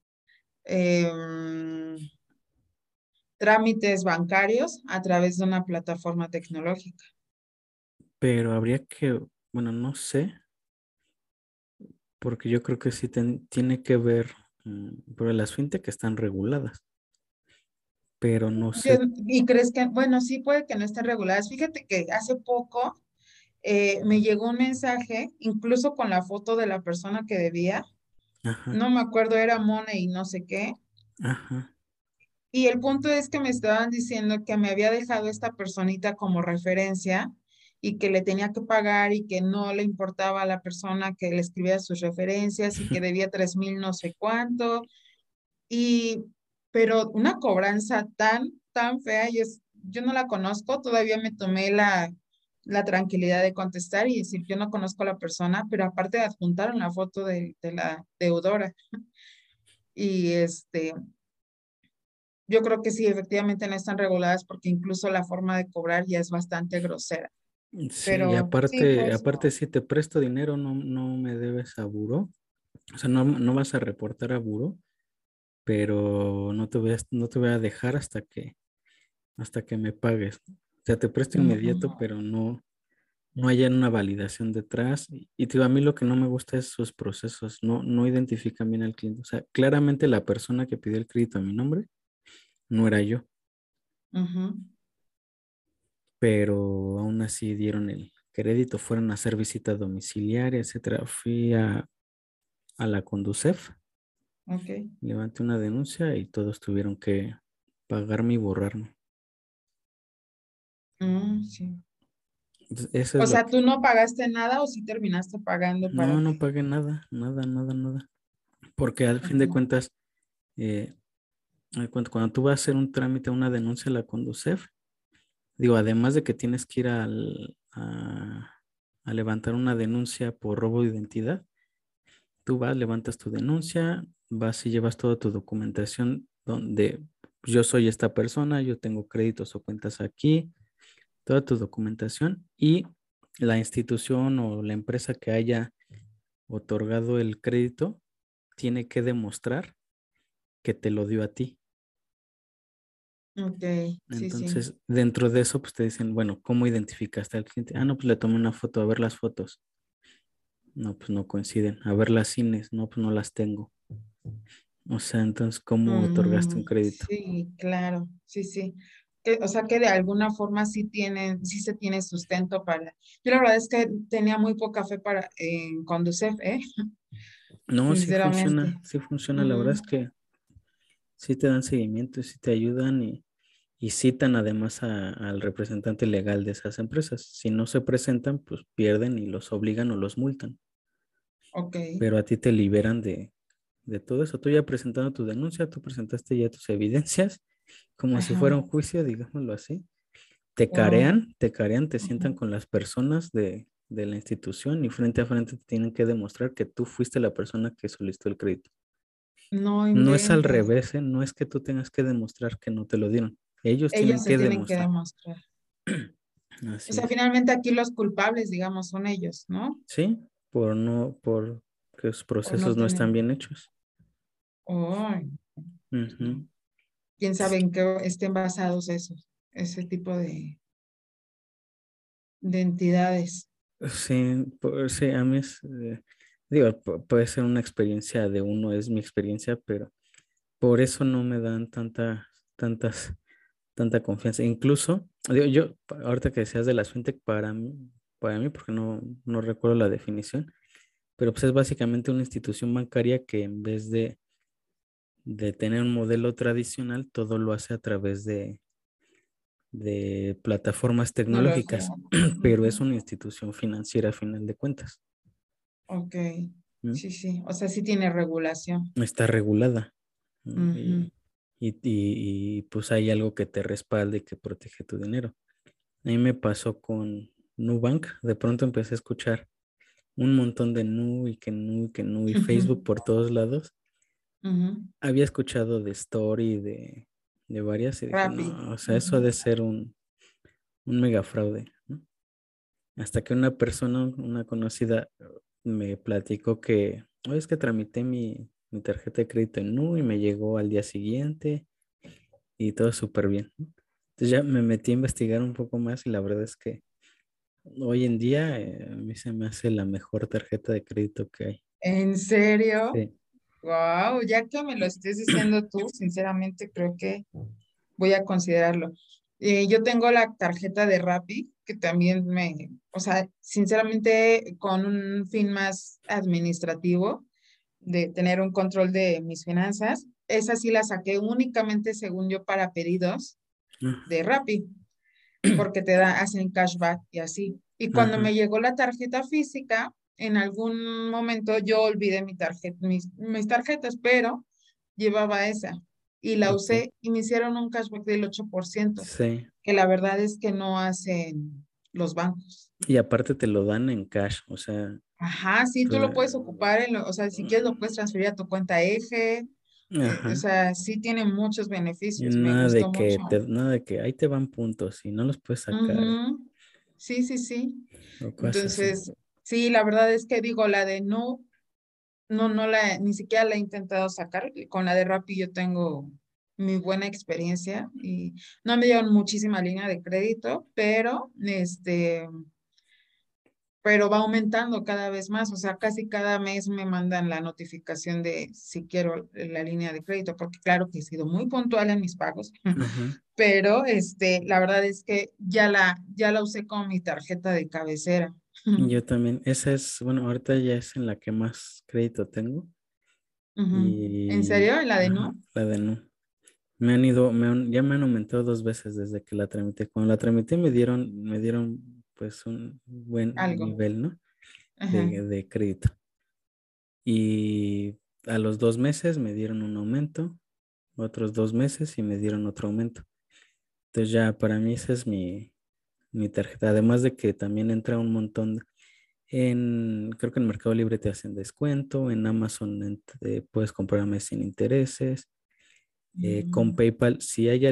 em, trámites bancarios a través de una plataforma tecnológica. pero habría que, bueno, no sé, porque yo creo que sí tiene que ver, pero las fintech están reguladas, pero no Yo- sé, ¿Y crees que, bueno, sí puede que no estén reguladas? Fíjate que hace poco me llegó un mensaje, incluso con la foto de la persona que debía, ajá, no me acuerdo, era Money y no sé qué, ajá, y el punto es que me estaban diciendo que me había dejado esta personita como referencia y que le tenía que pagar y que no le importaba a la persona que le escribía sus referencias y que debía 3,000 no sé cuánto, y, pero una cobranza tan fea, yo no la conozco, todavía me tomé la tranquilidad de contestar y decir, yo no conozco a la persona, pero aparte adjuntaron la foto de la deudora. Y yo creo que sí, efectivamente no están reguladas porque incluso la forma de cobrar ya es bastante grosera. sí, y Pero sí, pues aparte si te presto dinero, no me debes a buró, o sea, no vas a reportar a buró, pero no te voy a dejar hasta que me pagues. O sea, te presto inmediato, mm, pero no haya una validación detrás. Y te digo, a mí lo que no me gusta es sus procesos, no identifican bien al cliente. O sea, claramente la persona que pidió el crédito a mi nombre no era yo, ujú, pero aún así dieron el crédito, fueron a hacer visita domiciliaria, etcétera. Fui a la Conducef, ok. levanté una denuncia y todos tuvieron que pagarme y borrarme. Sí. Entonces, eso es O lo sea, que... ¿tú no pagaste nada o sí terminaste pagando para No que... pagué nada, nada. Porque al fin de Ujú, cuentas, eh, cuando tú vas a hacer un trámite, una denuncia a la Conducef, digo, además de que tienes que ir a levantar una denuncia por robo de identidad, tú vas, levantas tu denuncia, vas y llevas toda tu documentación donde yo soy esta persona, yo tengo créditos o cuentas aquí, toda tu documentación y la institución o la empresa que haya otorgado el crédito tiene que demostrar que te lo dio a ti. ok, sí, sí. Entonces, dentro de eso, pues te dicen, bueno, ¿cómo identificaste al cliente? Ah, no, pues le tomé una foto, a ver las fotos. No, pues no coinciden. A ver las cines, no, pues no las tengo. O sea, entonces, ¿cómo otorgaste un crédito? Sí, claro, sí, sí. O sea que de alguna forma sí se tiene sustento para. Yo la verdad es que tenía muy poca fe para Conducef, No, sinceramente. sí funciona. La verdad Mm, es que sí te dan seguimiento, y sí te ayudan y citan además al representante legal de esas empresas. Si no se presentan, pues pierden y los obligan o los multan. ok. Pero a ti te liberan de todo eso. Tú ya presentando tu denuncia, tú presentaste ya tus evidencias, como si fuera un Ajá. juicio, digámoslo así. Wow. Te sientan con las personas de la institución y frente a frente te tienen que demostrar que tú fuiste la persona que solicitó el crédito. No No es al inventes. revés, ¿eh? No es que tú tengas que demostrar que no te lo dieron. Ellos tienen Ellos se que tienen que demostrar. demostrar. O Así sea, es. finalmente aquí los culpables, digamos, son ellos, ¿no? Sí, por que los Por no procesos no tener. están bien hechos. Ay, Ujú. quién sabe en qué estén basados ese tipo de entidades. Sí, sí, a mí es, digo, puede ser una experiencia de uno, es mi experiencia, pero por eso no me dan tanta confianza. Incluso, digo, yo, ahorita que decías de las fintech, para mí, porque no recuerdo la definición, pero pues es básicamente una institución bancaria que en vez de tener un modelo tradicional, todo lo hace a través de plataformas Tecnología. tecnológicas, pero es Ujú. una institución financiera a final de cuentas. Ok, ¿Mm? sí, sí, o sea, sí tiene regulación. Está regulada. ¿No? Ujú, Pues hay algo que te respalde y que protege tu dinero. A mí me pasó con Nubank, de pronto empecé a escuchar un montón de Nu y que Nu y que Nu y Facebook ujú, por todos lados. ujú. Había escuchado de Story, de varias y dije, Rappi. no, o sea, eso ha Ujú. de ser un mega fraude, ¿no? Hasta que una persona, una conocida, me platicó que, "Oye, es que tramité mi tarjeta de crédito en Nu y me llegó al día siguiente y todo súper bien, ¿no?". Entonces ya me metí a investigar un poco más y la verdad es que hoy en día a mí se me hace la mejor tarjeta de crédito que hay. ¿En serio? Sí. Wow, ya que me lo estés diciendo tú, sinceramente creo que voy a considerarlo. Yo tengo la tarjeta de Rappi, que también o sea, sinceramente, con un fin más administrativo, de tener un control de mis finanzas, esa sí la saqué únicamente, según yo, para pedidos de Rappi, porque hacen cashback y así. Y cuando Ajá, me llegó la tarjeta física, en algún momento yo olvidé mis tarjetas, pero llevaba esa y la ok. usé y me hicieron un cashback del 8%, Sí. que la verdad es que no hacen los bancos. Y aparte te lo dan en cash, o sea, Ajá, sí, tú lo cla- puedes ocupar, o sea, si quieres lo puedes transferir a tu cuenta Eje, o ajá. sea, sí tiene muchos Y beneficios, me nada gustó de mucho. nada de que ahí te van puntos y no los puedes sacar Ujú. Sí, sí, sí. o cosas así. Entonces, sí, la verdad es que digo, la de ni siquiera la he intentado sacar. Con la de Rappi yo tengo mi buena experiencia y no me dieron muchísima línea de crédito, pero va aumentando cada vez más. O sea, casi cada mes me mandan la notificación de si quiero la línea de crédito, porque claro que he sido muy puntual en mis pagos, Ajá. pero la verdad es que ya la usé como mi tarjeta de cabecera. Y yo también, esa es, bueno, ahorita ya es en la que más crédito tengo Ujú. ¿En y, serio? ¿En la de ajá, no? la de Nu. Ya me han aumentado 2 veces desde que la tramité. Cuando la tramité me dieron pues un buen Algo. nivel, ¿no? Ajá. De crédito. Y a los 2 meses me dieron un aumento, otros 2 meses y me dieron otro aumento. Entonces ya para mí esa es mi tarjeta. Además de que también entra un montón creo que en Mercado Libre te hacen descuento, en Amazon puedes comprar a mes sin intereses. Con Mm. PayPal, si hay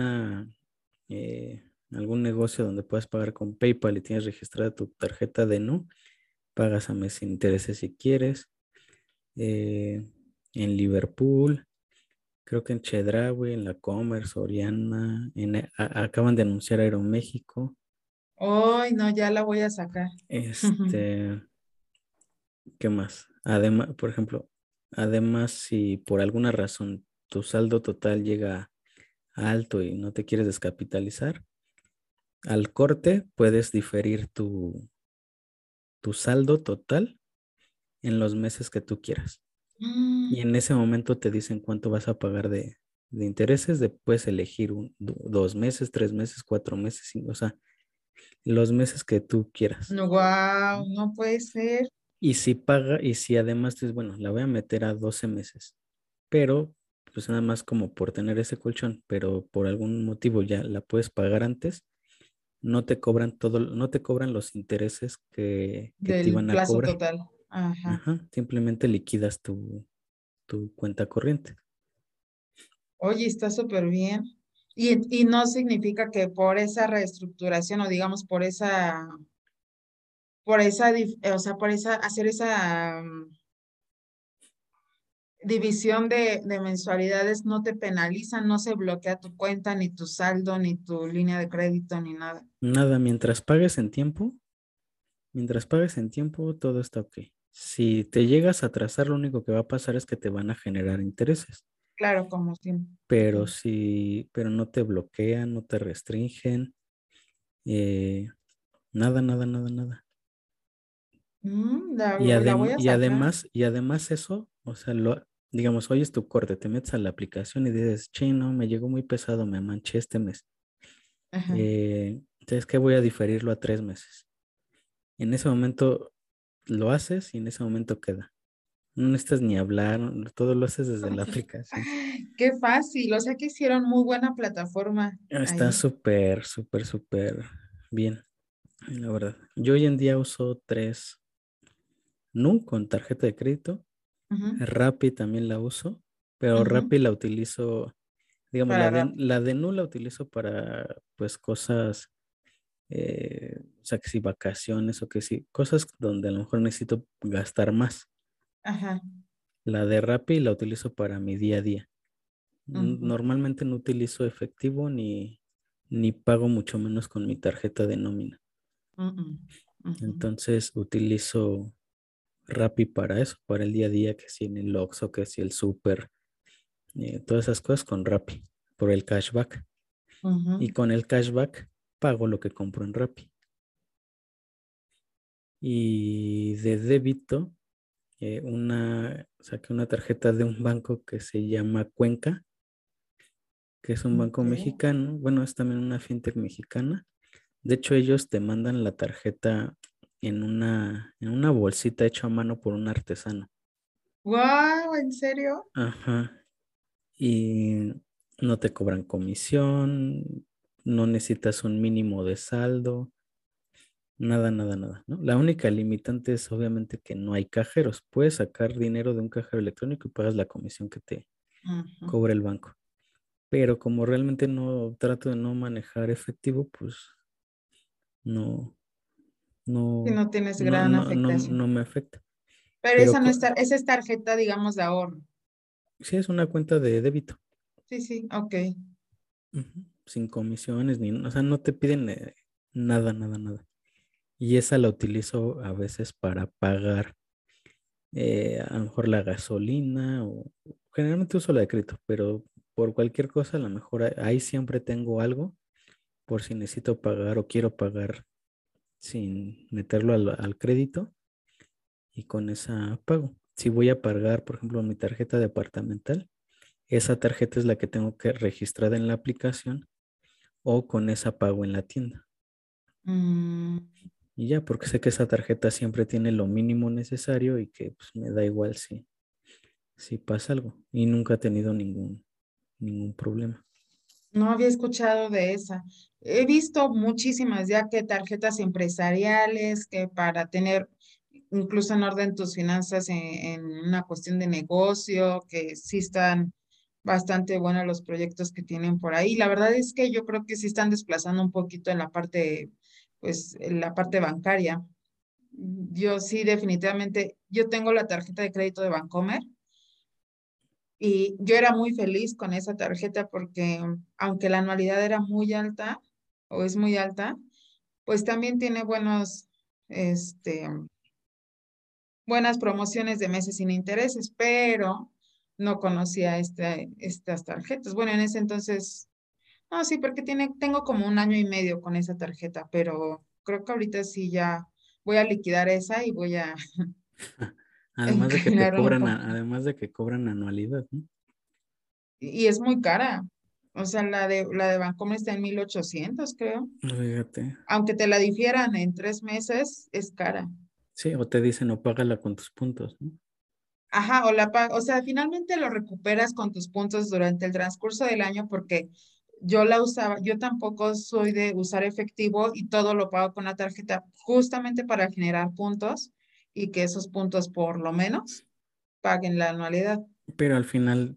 algún negocio donde puedas pagar con PayPal y tienes registrada tu tarjeta de Nu, pagas a mes sin intereses si quieres. Eh, en Liverpool, creo que en Chedraui, en la Comer, Soriana, acaban de anunciar Aeroméxico. Ay, no, ya la voy a sacar. Este, ¿qué más? Además, por ejemplo, además, si por alguna razón tu saldo total llega alto y no te quieres descapitalizar, al corte puedes diferir tu saldo total en los meses que tú quieras. Y Mm. en ese momento te dicen cuánto vas a pagar de intereses. Puedes elegir 2 meses, 3 meses, 4 meses, o sea, los meses que tú quieras. No, wow, no puede ser. Y si además dices, bueno, la voy a meter a 12 meses, pero pues nada más como por tener ese colchón, pero por algún motivo ya la puedes pagar antes, no te cobran los intereses que te Del iban a plazo cobrar. total. Ajá. Ajá, simplemente liquidas tu cuenta corriente. Oye, está súper bien. Y no significa que por esa reestructuración o digamos o sea, hacer esa división de mensualidades no te penalizan, no se bloquea tu cuenta, ni tu saldo, ni tu línea de crédito, ni nada. Nada, mientras pagues en tiempo, todo está ok. Si te llegas a atrasar, lo único que va a pasar es que te van a generar intereses, Claro, como siempre. pero pero no te bloquean, no te restringen, eh, nada, nada, nada, nada. La voy a sacar. Y además eso, o sea, digamos, hoy es tu corte, te metes a la aplicación y dices, chino, me llegó muy pesado, me manché este mes. Ajá. Entonces, ¿qué voy a diferirlo a 3 meses? En ese momento lo haces y en ese momento queda. No necesitas ni hablar, todo lo haces desde la aplicación. Qué fácil, o sea que hicieron muy buena plataforma Está ahí. súper, súper, súper bien, la verdad. Yo hoy en día uso 3 Nu con tarjeta de crédito. Ujú, Rappi también la uso, pero ujú. Rappi la utilizo, digamos, Para Rappi. la de Nu la utilizo para pues cosas O sea, que si vacaciones o que si cosas donde a lo mejor necesito gastar más. Ajá. La de Rappi la utilizo para mi día a día. Ujú, Normalmente no utilizo efectivo ni pago mucho menos con mi tarjeta de nómina. ujú, ujú, Entonces utilizo Rappi para eso, para el día a día, que si en el Oxxo, que si el súper, todas esas cosas con Rappi, por el cashback. Y ujú. con el cashback pago lo que compro en Rappi. Y de débito, saqué una tarjeta de un banco que se llama Cuenca, que es un banco Ok. mexicano. Bueno, es también una fintech mexicana. De hecho, ellos te mandan la tarjeta en una bolsita hecha a mano por un artesano. Wow, ¿en serio? Ajá. Y no te cobran comisión, no necesitas un mínimo de saldo, nada, nada, nada, ¿no? La única limitante es obviamente que no hay cajeros. Puedes sacar dinero de un cajero electrónico y pagas la comisión que te Ujú. cobra el banco. Pero como realmente no trato de no manejar efectivo, pues no, Si no, no tienes no, gran no, no, afectación. no me afecta. Pero Pero esa no está, esa es tarjeta, digamos, de ahorro. sí es una cuenta de débito, Sí, sí, ok. ujú, sin comisiones, o sea, no te piden nada, nada, nada. Y esa la utilizo a veces para pagar a lo mejor la gasolina o generalmente uso la de crédito, pero por cualquier cosa a lo mejor ahí siempre tengo algo por si necesito pagar o quiero pagar sin meterlo al crédito y con esa pago. Si voy a pagar, por ejemplo, mi tarjeta departamental, esa tarjeta es la que tengo que registrar en la aplicación o con esa pago en la tienda. Mm, Y ya, porque sé que esa tarjeta siempre tiene lo mínimo necesario y que pues, me da igual si pasa algo. Y nunca he tenido ningún problema. no había escuchado de esa. He visto muchísimas ya que tarjetas empresariales, que para tener incluso en orden tus finanzas en una cuestión de negocio, que sí están bastante buenos los proyectos que tienen por ahí. La verdad es que yo creo que sí están desplazando un poquito en la parte, pues, en la parte bancaria. Yo sí, definitivamente, yo tengo la tarjeta de crédito de Bancomer y yo era muy feliz con esa tarjeta porque aunque la anualidad era muy alta o es muy alta, pues también tiene este, buenas promociones de meses sin intereses, pero no conocía estas tarjetas. Bueno, en ese entonces, no, sí, porque tengo como un año y medio con esa tarjeta, pero creo que ahorita sí ya voy a liquidar esa y voy a Además de que te inclinarme un cobran, poquito. además de que cobran anualidad, ¿no? Y es muy cara. O sea, la de Bancomer está en 1,800 creo. Fíjate. Aunque te la difieran en 3 meses, es cara. Sí, o te dicen o págala con tus puntos, ¿no? Ajá, o sea, finalmente lo recuperas con tus puntos durante el transcurso del año porque yo la usaba, yo tampoco soy de usar efectivo y todo lo pago con la tarjeta justamente para generar puntos y que esos puntos por lo menos paguen la anualidad. Pero al final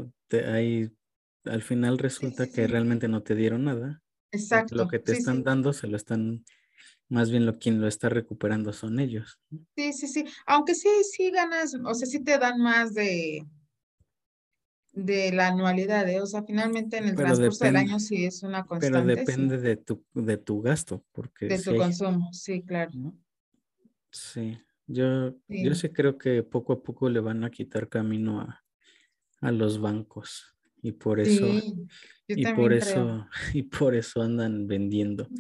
al final Sí, resulta sí, que sí. realmente no te dieron nada, porque lo Exacto, que te sí, están sí. dando se lo están, más bien quien lo está recuperando son ellos, ¿no? Sí, sí, sí. Aunque sí, sí ganas, o sea, sí te dan más de la anualidad, ¿eh? O sea, finalmente en el Pero transcurso del depende, año sí es una pero constante, sí, depende de tu gasto, porque de si tu hay, consumo, sí, claro. ¿no? Sí, yo Sí, sí creo que poco a poco le van a quitar camino a los bancos y por eso, sí, yo y por también creo. eso, y por eso andan vendiendo.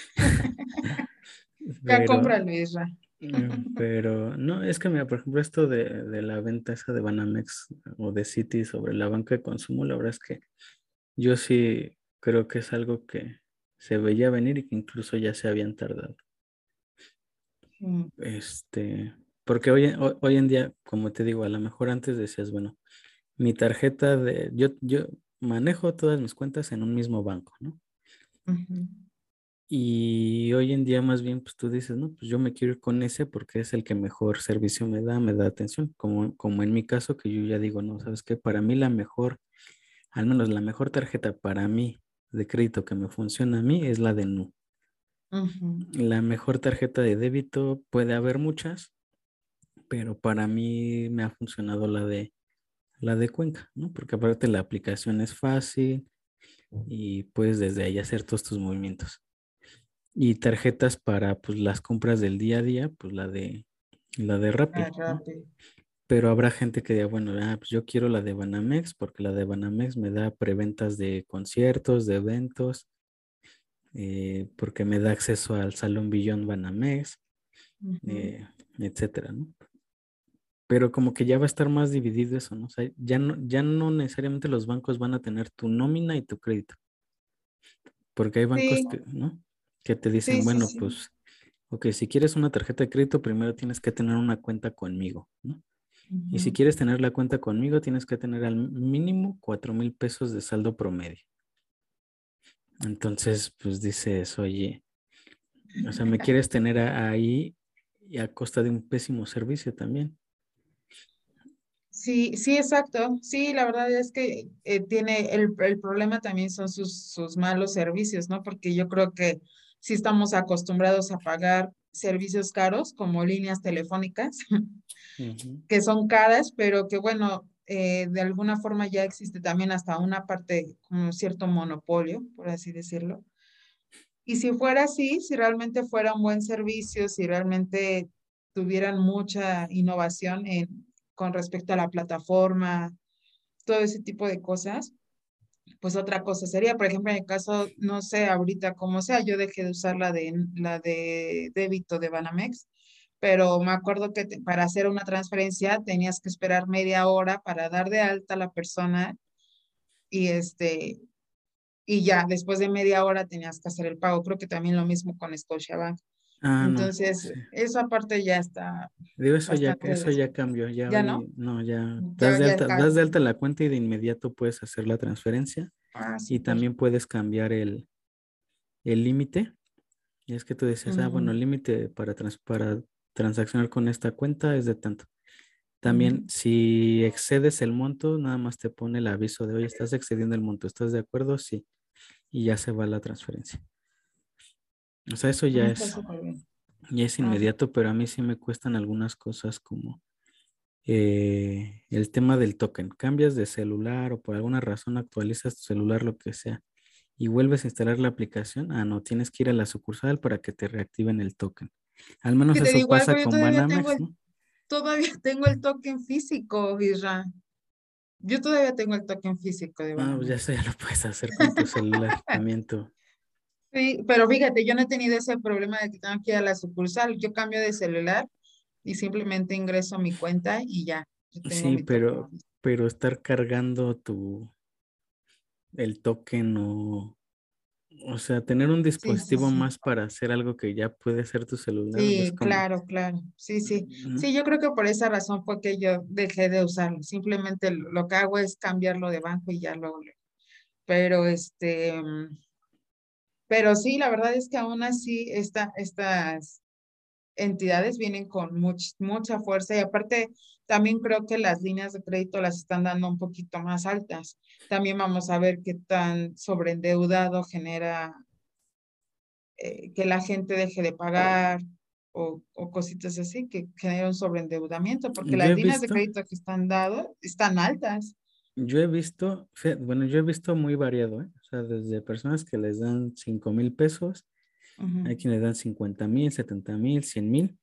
Ya Pero, compra Luisra. pero no, es que mira, por ejemplo, esto de la venta esa de Banamex o de Citi sobre la banca de consumo, la verdad es que yo sí creo que es algo que se veía venir y que incluso ya se habían tardado. Mm, Porque hoy en día, como te digo, a lo mejor antes decías, bueno, mi tarjeta yo manejo todas mis cuentas en un mismo banco, ¿no? ujú, Y hoy en día más bien, pues tú dices, no, pues yo me quiero ir con ese porque es el que mejor servicio me da atención, como en mi caso que yo ya digo, no, ¿sabes qué? Para mí la mejor, al menos la mejor tarjeta para mí de crédito que me funciona a mí es la de Nu. Ujú. La mejor tarjeta de débito puede haber muchas, pero para mí me ha funcionado la de Cuenca, ¿no? Porque aparte la aplicación es fácil y puedes desde ahí hacer todos tus movimientos. Y tarjetas para pues las compras del día a día, pues la de Ah, Rappi, ¿no? rápido. Pero habrá gente que diga, bueno, pues yo quiero la de Banamex porque la de Banamex me da preventas de conciertos, de eventos, porque me da acceso al Salón Billón Banamex, Ujú. eh, etcétera, ¿no? Pero como que ya va a estar más dividido eso, ¿no? O sea, ya no necesariamente los bancos van a tener tu nómina y tu crédito, porque hay bancos Sí, que, ¿no? Que te sí, dicen, sí, bueno, sí. pues, ok, si quieres una tarjeta de crédito, primero tienes que tener una cuenta conmigo, ¿no? Y si Ujú. quieres tener la cuenta conmigo, tienes que tener al mínimo 4,000 pesos de saldo promedio. Entonces, pues dices, oye, o sea, me quieres tener ahí y a costa de un pésimo servicio también. Sí, sí, exacto. Sí, la verdad es que tiene el problema también son sus malos servicios, ¿no? Porque yo creo que sí estamos acostumbrados a pagar servicios caros como líneas telefónicas, Ujú. que son caras, pero que bueno, de alguna forma ya existe también hasta una parte, como cierto monopolio, por así decirlo. Y si fuera así, si realmente fuera un buen servicio, si realmente tuvieran mucha innovación con respecto a la plataforma, todo ese tipo de cosas, pues otra cosa sería, por ejemplo, en el caso, no sé ahorita cómo sea, yo dejé de usar la de débito de Banamex, pero me acuerdo que para hacer una transferencia tenías que esperar media hora para dar de alta a la persona y y ya después de media hora tenías que hacer el pago. Creo que también lo mismo con Scotiabank. Ah, no, Entonces, sí. esa parte ya está Digo, bastante eso ya cambió. Ya ¿Ya no? hoy, no, ya das Ya, de ya alta, está. das de alta la cuenta y de inmediato puedes hacer la transferencia Ah, y súper. también puedes cambiar el límite. Y es que tú dices, bueno, Ujú, el límite para transaccionar con esta cuenta es de tanto. También, ujú. si excedes el monto, nada más te pone el aviso de, oye, estás excediendo el monto, ¿estás de acuerdo? Sí. Y ya se va la transferencia. O sea, eso ya Está es, súper bien. ya es Ah, inmediato, pero a mí sí me cuestan algunas cosas como el tema del token. Cambias de celular o por alguna razón actualizas tu celular, lo que sea, y vuelves a instalar la aplicación. Ah, no, tienes que ir a la sucursal para que te reactiven el token. Al menos que te eso digo algo, pasa yo con Banamex, ¿no? todavía tengo el token físico, Isra. Yo todavía tengo el token físico de No, pues ya Banamex. eso ya lo puedes hacer con tu celular, también tú. Sí, pero fíjate, yo no he tenido ese problema de que tengo que ir a la sucursal. Yo cambio de celular y simplemente ingreso a mi cuenta y ya, yo tengo Sí, mi token pero, físico. pero estar cargando el token o sea, tener un Sí, sí, dispositivo sí. más para hacer algo que ya puede ser tu celular, es Sí, como, claro, claro. Sí, sí. ¿no? Sí, yo creo que por esa razón fue que yo dejé de usarlo. Simplemente lo que hago es cambiarlo de banco y ya luego. Pero pero sí, la verdad es que aún así estas entidades vienen con mucha fuerza y aparte también creo que las líneas de crédito las están dando un poquito más altas. También vamos a ver qué tan sobreendeudado genera que la gente deje de pagar o cositas así que genera un sobreendeudamiento, porque Yo las he líneas de visto, crédito que están dadas están altas. bueno, yo he visto muy variado, ¿eh? O sea, desde personas que les dan 5,000 pesos, hay Ujú. quienes les dan 50,000, 70,000, 100,000.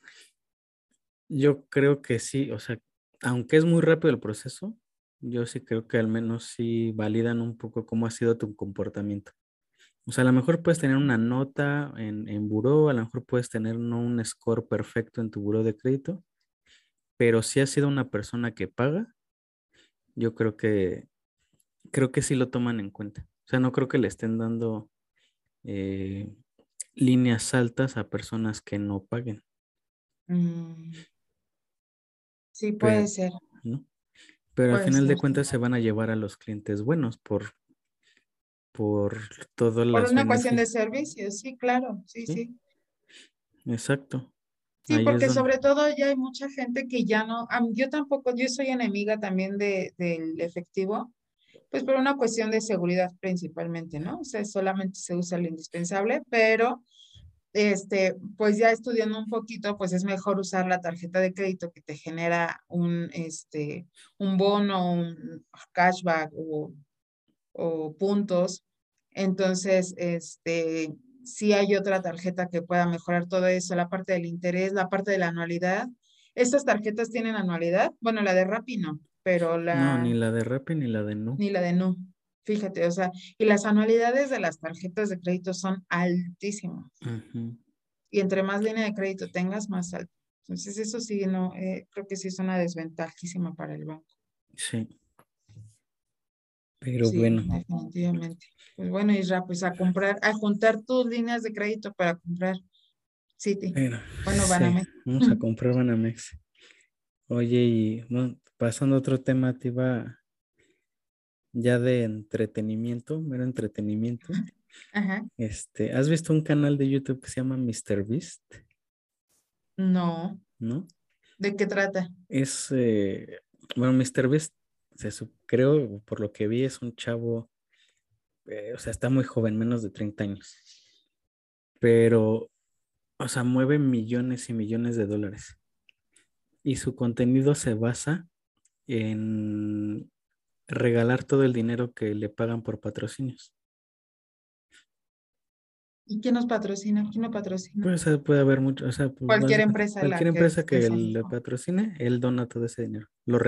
Yo creo que sí, o sea, aunque es muy rápido el proceso, yo sí creo que al menos sí validan un poco cómo ha sido tu comportamiento. O sea, a lo mejor puedes tener una nota en buró, a lo mejor puedes tener no un score perfecto en tu buró de crédito, pero si has sido una persona que paga, yo creo que sí lo toman en cuenta. O sea, no creo que le estén dando eh, líneas altas a personas que no paguen, Mm, sí, puede pero, ser, ¿no? Pero al puede final de ser. cuentas se van a llevar a los clientes buenos por todos Por los una cuestión de beneficios. servicios, sí, claro, sí, Sí, sí. exacto. Sí, Ahí es porque donde. sobre todo ya hay mucha gente que ya no, yo tampoco, yo soy enemiga también del efectivo, pues por una cuestión de seguridad principalmente, ¿no? O sea, solamente se usa lo indispensable, pero pues ya estudiando un poquito, pues es mejor usar la tarjeta de crédito que te genera un bono, un cashback o puntos. Entonces, sí hay otra tarjeta que pueda mejorar todo eso, la parte del interés, la parte de la anualidad. Estas tarjetas tienen anualidad, bueno, la de Rappi no, pero No, ni la de Rappi ni la de Nu. ni la de Nu. Fíjate, o sea, y las anualidades de las tarjetas de crédito son altísimas. Ujú. Y entre más línea de crédito tengas, más alto. Entonces, eso sí, no, creo que sí es una desventajísima para el banco. Sí, pero Sí, bueno, definitivamente. Pues bueno, Isra, pues a comprar, a juntar tus líneas de crédito para comprar Citi. pero Bueno, sí, Banamex. vamos a comprar Banamex. Oye, y bueno, pasando a otro tema, te iba ya de entretenimiento, mero entretenimiento. Ajá. ¿Has visto un canal de YouTube que se llama MrBeast? No. ¿No? ¿De qué trata? Es, bueno, MrBeast, creo, por lo que vi, es un chavo, o sea, está muy joven, menos de 30 años, pero, o sea, mueve millones y millones de dólares. Y su contenido se basa en regalar todo el dinero que le pagan por patrocinios. ¿Y quién nos patrocina? ¿Quién lo patrocina? Pues puede haber mucho, o sea, pues Cualquier empresa la cualquier empresa que que se le patrocine, él dona todo ese dinero,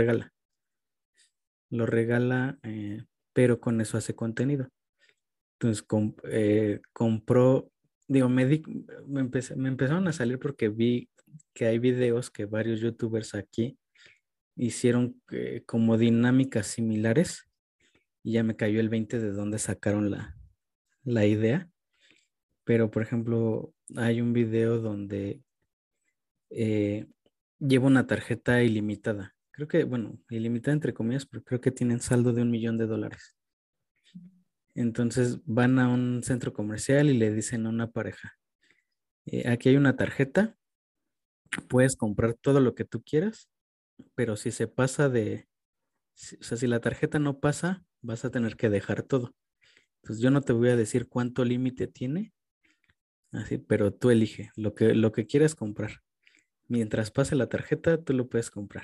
lo regala, pero con eso hace contenido. Entonces compró, digo, me empezaron a salir porque vi que hay videos que varios youtubers aquí hicieron como dinámicas similares y ya me cayó el 20 de dónde sacaron la idea. Pero, por ejemplo, hay un video donde eh, lleva una tarjeta ilimitada. Creo que, bueno, ilimitada entre comillas, pero creo que tienen saldo de $1,000,000. Entonces van a un centro comercial y le dicen a una pareja, aquí hay una tarjeta, puedes comprar todo lo que tú quieras, pero si se pasa o sea, si la tarjeta no pasa, vas a tener que dejar todo. Entonces yo no te voy a decir cuánto límite tiene, así, pero tú elige lo que quieras comprar. Mientras pase la tarjeta, tú lo puedes comprar.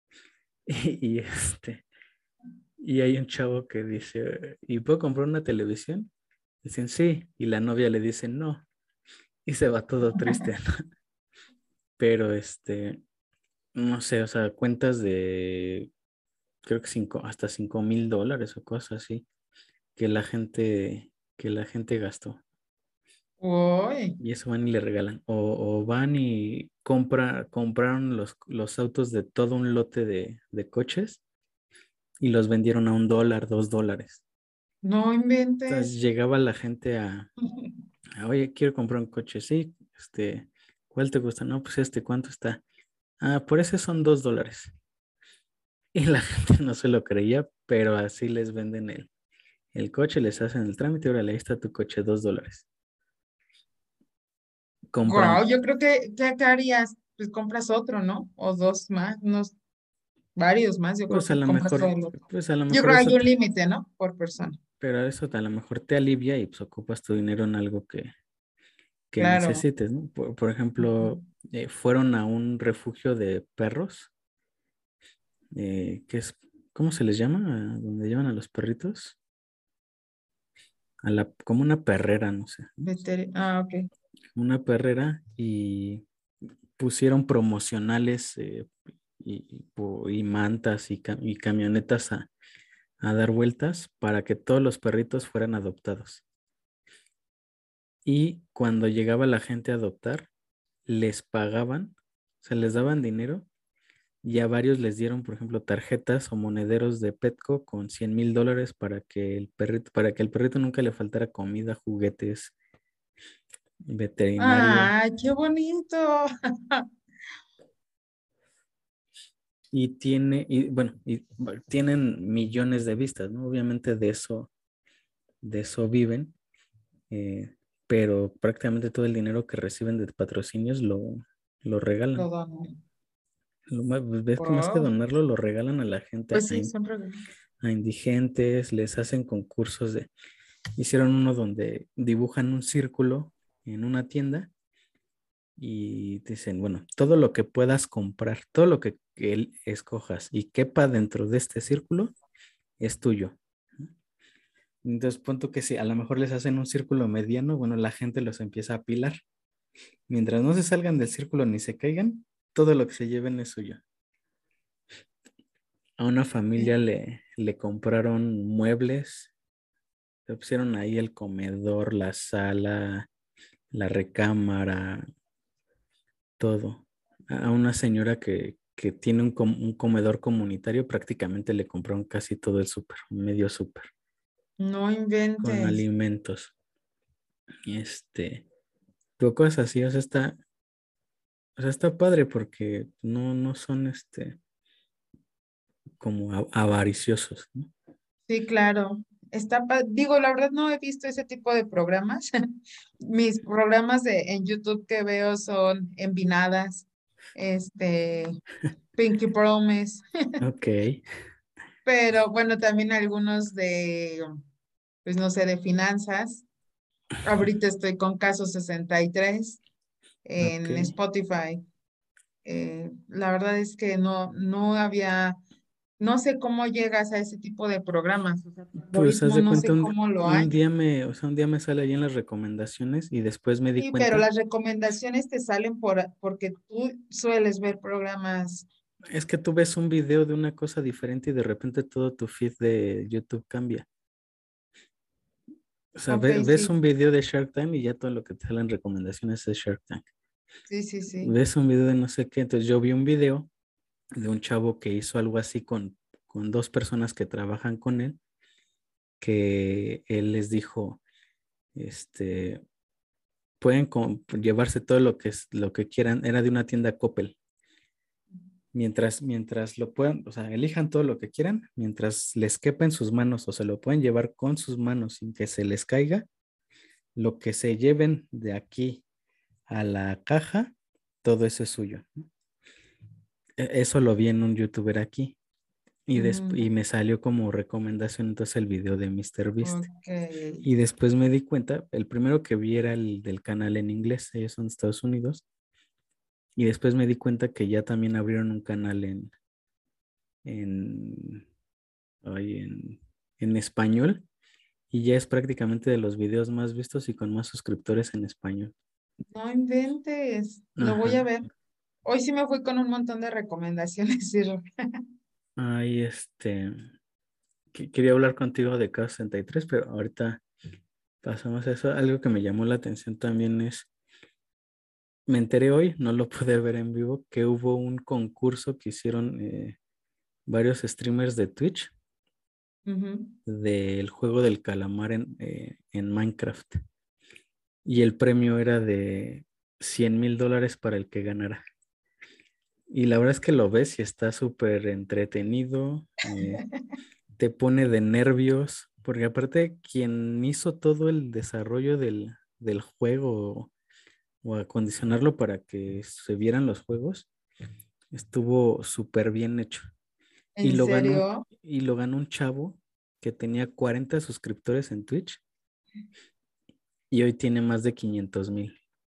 Y hay un chavo que dice, ¿y puedo comprar una televisión? Dicen, sí. Y la novia le dice, no. Y se va todo triste, ¿no? Pero no sé, o sea, cuentas de, creo que hasta $5,000 o cosas así, que la gente gastó. Uy, Y eso van y le regalan. O van y compraron los autos de todo un lote de coches y los vendieron a $1, $2. no Entonces inventes. llegaba la gente oye, quiero comprar un coche, sí, ¿cuál te gusta? No, pues ¿cuánto está? Ah, por ese son $2. Y la gente no se lo creía, pero así les venden el coche, les hacen el trámite, ahora ahí está tu coche, $2. Compran, Wow, yo creo ¿qué harías? Pues compras otro, ¿no? O dos más, unos varios más, yo creo pues a que lo compras todo mejor, el otro. pues a lo Yo mejor creo que eso, hay un límite, ¿no? Por persona. pero eso a lo mejor te alivia y pues ocupas tu dinero en algo que Claro. necesites, ¿no? Por ejemplo, fueron a un refugio de perros, ¿cómo se les llama? ¿Donde llevan a los perritos? Como una perrera, no sé, ¿no? Ok. Una perrera y pusieron promocionales y mantas y camionetas a dar vueltas para que todos los perritos fueran adoptados. Y cuando llegaba la gente a adoptar, les pagaban, o sea, les daban dinero y a varios les dieron, por ejemplo, tarjetas o monederos de Petco con $100,000 para que el perrito nunca le faltara comida, juguetes, veterinario. ¡Ay, qué bonito! Tienen millones de vistas, ¿no? Obviamente de eso viven, eh, pero prácticamente todo el dinero que reciben de patrocinios lo Lo regalan. dono. ¿Ves que más que Wow. donarlo, lo regalan a la gente, Pues sí, siempre. a indigentes, les hacen concursos hicieron uno donde dibujan un círculo en una tienda y dicen, bueno, todo lo que puedas comprar, todo lo que él escojas y quepa dentro de este círculo es tuyo. Entonces, punto que si a lo mejor les hacen un círculo mediano, bueno, la gente los empieza a apilar. Mientras no se salgan del círculo ni se caigan, todo lo que se lleven es suyo. A una familia le compraron muebles, le pusieron ahí el comedor, la sala, la recámara, todo. A una señora que tiene un comedor comunitario, prácticamente le compraron casi todo el súper, medio súper, No con inventes. alimentos. Pero cosas así, o sea, está padre porque no son como avariciosos, ¿no? Sí, claro. Digo, la verdad no he visto ese tipo de programas. Mis programas en YouTube que veo son Envinadas, este, Pinky Promise, Ok, pero bueno, también algunos pues no sé, de finanzas. Ahorita estoy con Caso 63 ok. en Spotify. La verdad es que no había, no sé cómo llegas a ese tipo de programas. O sea, tu Pues haz algoritmo de no cuenta, sé cómo lo un hay. día o sea, un día me sale ahí en las recomendaciones y después me di Sí, pero cuenta, las recomendaciones te salen porque tú sueles ver programas. es que tú ves un video de una cosa diferente y de repente todo tu feed de YouTube cambia. O sea, Ok, ves sí, un video de Shark Tank y ya todo lo que te salen recomendaciones es Shark Tank. sí, sí, sí. Ves un video de no sé qué, entonces yo vi un video de un chavo que hizo algo así con dos personas que trabajan con él, que él les dijo, este, pueden llevarse todo lo lo que quieran, era de una tienda Coppel. Mientras lo puedan, o sea, elijan todo lo que quieran, mientras les quepa en sus manos o se lo pueden llevar con sus manos sin que se les caiga, lo que se lleven de aquí a la caja, todo eso es suyo. Eso lo vi en un youtuber aquí y Mm, me salió como recomendación entonces el video de MrBeast. ok. Y después me di cuenta, el primero que vi era el del canal en inglés, ellos son de Estados Unidos, y después me di cuenta que ya también abrieron un canal en, ay, en español y ya es prácticamente de los videos más vistos y con más suscriptores en español. No inventes. Lo voy a Ajá. ver. Hoy sí me fui con un montón de recomendaciones, sí. Ay, quería hablar contigo de K63, pero ahorita pasamos a eso. Algo que me llamó la atención también me enteré hoy, no lo pude ver en vivo, que hubo un concurso que hicieron varios streamers de Twitch Ujú. del juego del calamar en Minecraft. Y el premio era de $100,000 para el que ganara. Y la verdad es que lo ves y está súper entretenido, te pone de nervios, porque aparte quien hizo todo el desarrollo del juego o acondicionarlo para que se vieran los juegos, estuvo súper bien hecho. Y ¿En serio? lo ganó un chavo que tenía 40 suscriptores en Twitch y hoy tiene más de 500,000.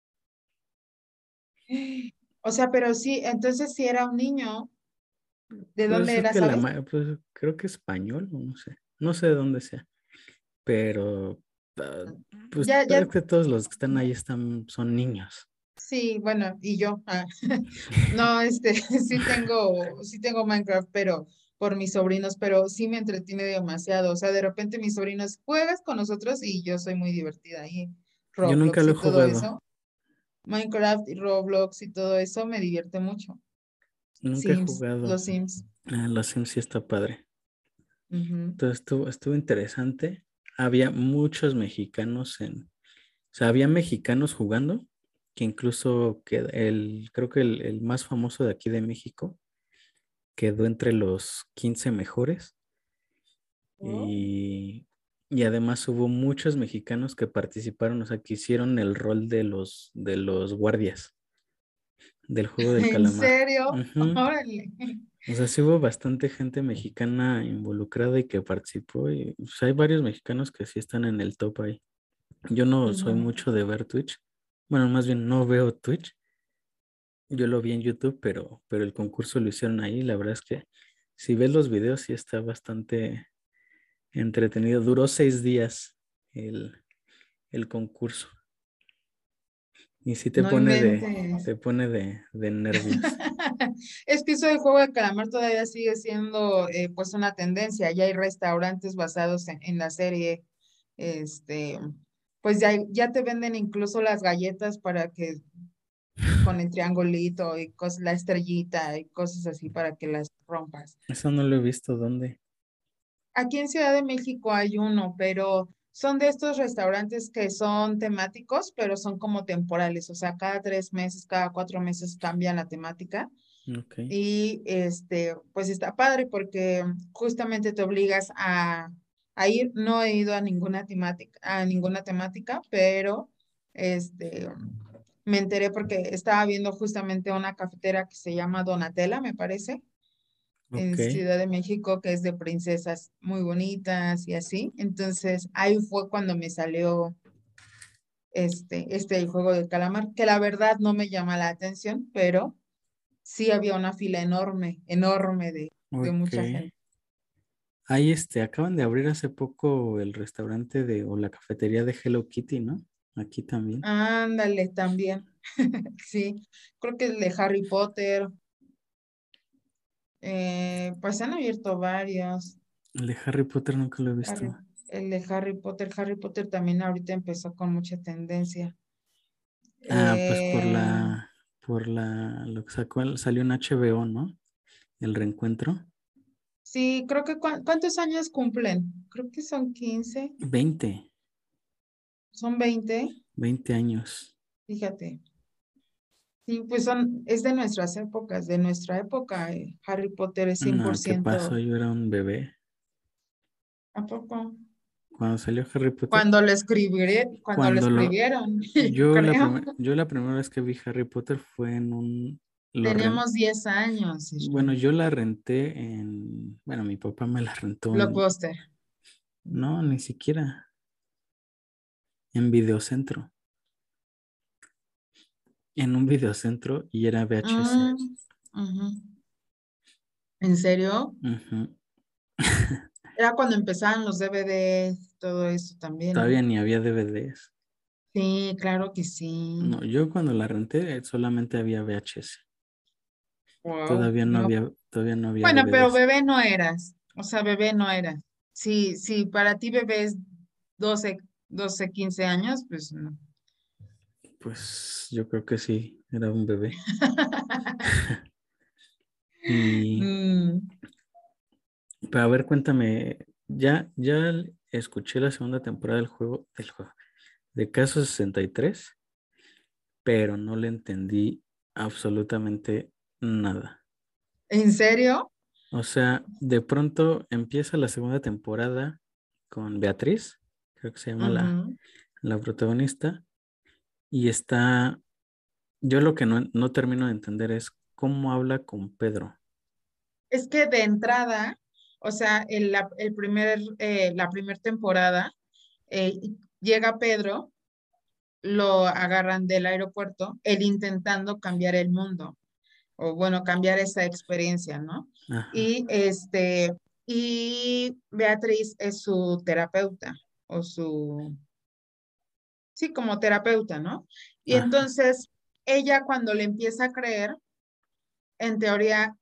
O sea, pero sí, entonces si era un niño, ¿de dónde Pues es era, que sabes? pues creo que español, o no sé de dónde sea, pero pues Ya, ya, creo que todos los que están ahí son niños. sí, bueno, y yo. No, sí tengo Minecraft, pero por mis sobrinos, pero sí me entretiene demasiado. O sea, de repente mis sobrinos juegas con nosotros y yo soy muy divertida ahí. Yo nunca Roblox lo he y todo jugado, eso. Minecraft y Roblox y todo eso me divierte mucho. nunca he Sims, jugado. los Sims. Los Sims sí está padre. Ujú. Entonces estuvo interesante. Había muchos mexicanos o sea, había mexicanos jugando, que incluso creo que el más famoso de aquí de México quedó entre los 15 mejores Oh. y además hubo muchos mexicanos que participaron, o sea, que hicieron el rol de los guardias del juego del ¿En calamar. serio? Ujú. Órale. O sea, sí hubo bastante gente mexicana involucrada y que participó y pues, hay varios mexicanos que sí están en el top ahí. Yo no soy Ujú. mucho de ver Twitch. Bueno, más bien no veo Twitch, yo lo vi en YouTube, pero el concurso lo hicieron ahí. La verdad es que si ves los videos, sí está bastante entretenido. Duró 6 días el, el concurso. Y sí No inventes. te pone de nervios. Es que eso del juego de calamar todavía sigue siendo pues una tendencia. Ya hay restaurantes basados en la serie. Este, pues ya te venden incluso las galletas para que con el triangulito y la estrellita y cosas así para que las rompas. Eso no lo he visto. ¿Dónde? Aquí en Ciudad de México hay uno, pero son de estos restaurantes que son temáticos, pero son como temporales. O sea, cada 3 meses, cada 4 meses cambian la temática. Ok, Y pues está padre porque justamente te obligas a ir. No he ido a ninguna temática, pero este, me enteré porque estaba viendo justamente una cafetera que se llama Donatella, me parece, en ok, Ciudad de México, que es de princesas muy bonitas y así. Entonces, ahí fue cuando me salió el juego del calamar, que la verdad no me llama la atención, pero sí había una fila enorme, enorme de ok. mucha gente. Ahí acaban de abrir hace poco el restaurante o la cafetería de Hello Kitty, ¿no? Aquí también. Ándale, también. Sí, creo que el de Harry Potter. Pues han abierto varios. El de Harry Potter nunca lo he Harry- visto. el de Harry Potter también ahorita empezó con mucha tendencia. Ah, pues Eh, lo que salió en HBO, ¿no? El reencuentro. sí, creo que ¿cuántos años cumplen? Creo que son 15, 20 son 20, 20 años. fíjate. Sí, pues es de nuestras épocas, de nuestra época. Harry Potter es cien por No, ¿qué pasó? ciento Yo era un bebé. ¿A poco? Cuando salió Harry Potter, Cuando lo cuando lo, escribieron, yo creo. yo la primera vez que vi Harry Potter fue lo ren- Teníamos 10 años, bueno, Israel. yo la renté bueno, mi papá me la rentó Blockbuster. no, ni siquiera, en Videocentro, en un videocentro y era VHS. Mm, ujú. ¿En serio? Ujú. Era cuando empezaban los DVDs, todo eso también, ¿no? Todavía ni había DVDs. Sí, claro que sí. No, yo cuando la renté solamente había VHS. Wow. Todavía no había Bueno, pero DVDs. bebé no eras. O sea, bebé no eras. Sí, sí, para ti bebé es 12, 15 años, pues no. Pues yo creo que sí, era un bebé. Y, Mm, pero a ver, cuéntame, ya escuché la segunda temporada de Caso 63, pero no le entendí absolutamente nada. ¿En serio? O sea, de pronto empieza la segunda temporada con Beatriz, creo que se llama Ujú. la protagonista, y yo lo que no termino de entender es cómo habla con Pedro. Es que de entrada, o sea, la primer temporada, eh, llega Pedro, lo agarran del aeropuerto, él intentando cambiar el mundo, o bueno, cambiar esa experiencia, ¿no? Ajá, Y Beatriz es su terapeuta, o sí, como terapeuta, ¿no? Y ajá, entonces, ella cuando le empieza a creer, en teoría,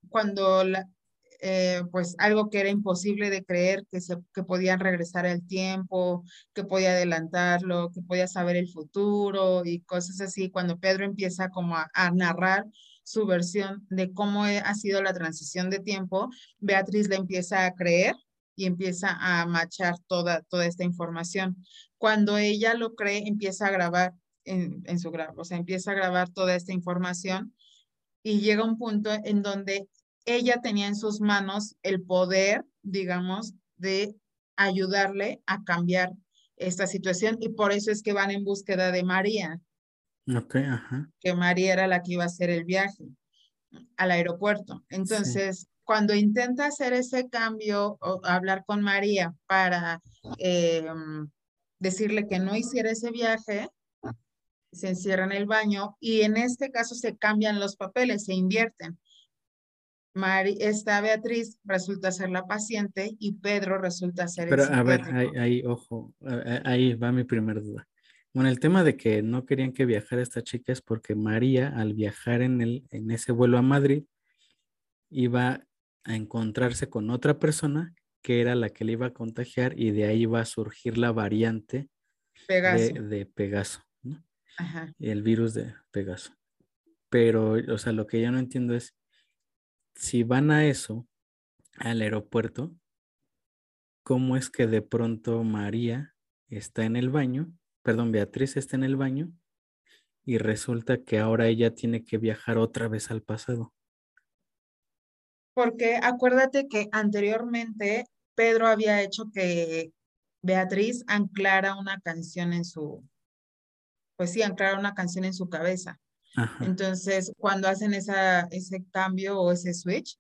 pues algo que era imposible de creer, que podían regresar el tiempo, que podía adelantarlo, que podía saber el futuro y cosas así, cuando Pedro empieza como a narrar su versión de cómo ha sido la transición de tiempo, Beatriz le empieza a creer y empieza a machar toda esta información. Cuando ella lo cree, empieza a grabar o sea, empieza a grabar toda esta información y llega un punto en donde ella tenía en sus manos el poder, digamos, de ayudarle a cambiar esta situación y por eso es que van en búsqueda de María, ok, ajá, que María era la que iba a hacer el viaje al aeropuerto. sí, Entonces, cuando intenta hacer ese cambio o hablar con María para eh, decirle que no hiciera ese viaje, se encierra en el baño y en este caso se cambian los papeles, se invierten. Esta Beatriz resulta ser la paciente y Pedro resulta ser el Pero a ver, psiquiátrico. ahí, ojo, ahí va mi primer duda. Bueno, el tema de que no querían que viajara esta chica es porque María, al viajar en ese vuelo a Madrid, iba a encontrarse con otra persona que era la que le iba a contagiar y de ahí iba a surgir la variante Pegaso. de Pegaso, ¿no? Ajá. El virus de Pegaso. Pero, o sea, lo que yo no entiendo es, si van a eso, al aeropuerto, ¿cómo es que de pronto María está en el baño, perdón, Beatriz está en el baño y resulta que ahora ella tiene que viajar otra vez al pasado? Porque acuérdate que anteriormente Pedro había hecho que Beatriz anclara una canción en su, pues sí, anclara una canción en su cabeza. Ajá, Entonces, cuando hacen ese cambio o ese switch,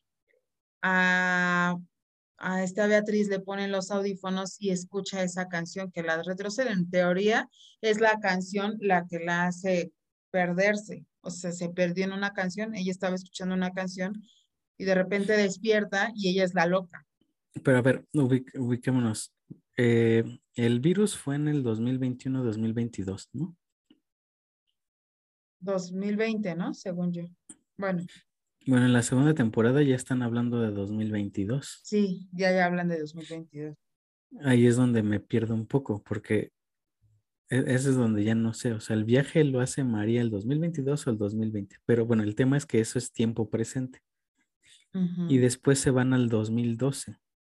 a, a esta Beatriz le ponen los audífonos y escucha esa canción que la retrocede. En teoría, es la canción la que la hace perderse. O sea, se perdió en una canción, ella estaba escuchando una canción y de repente despierta y ella es la loca. pero a ver, ubiquémonos. El virus fue en el 2021-2022, ¿no? 2020, ¿no? Según yo. Bueno, Bueno, en la segunda temporada ya están hablando de 2022. sí, ya hablan de 2022. Ahí es donde me pierdo un poco, porque ese es donde ya no sé, o sea, el viaje lo hace María el 2022 o el 2020, pero bueno, el tema es que eso es tiempo presente. Y Ujú, después se van al 2012,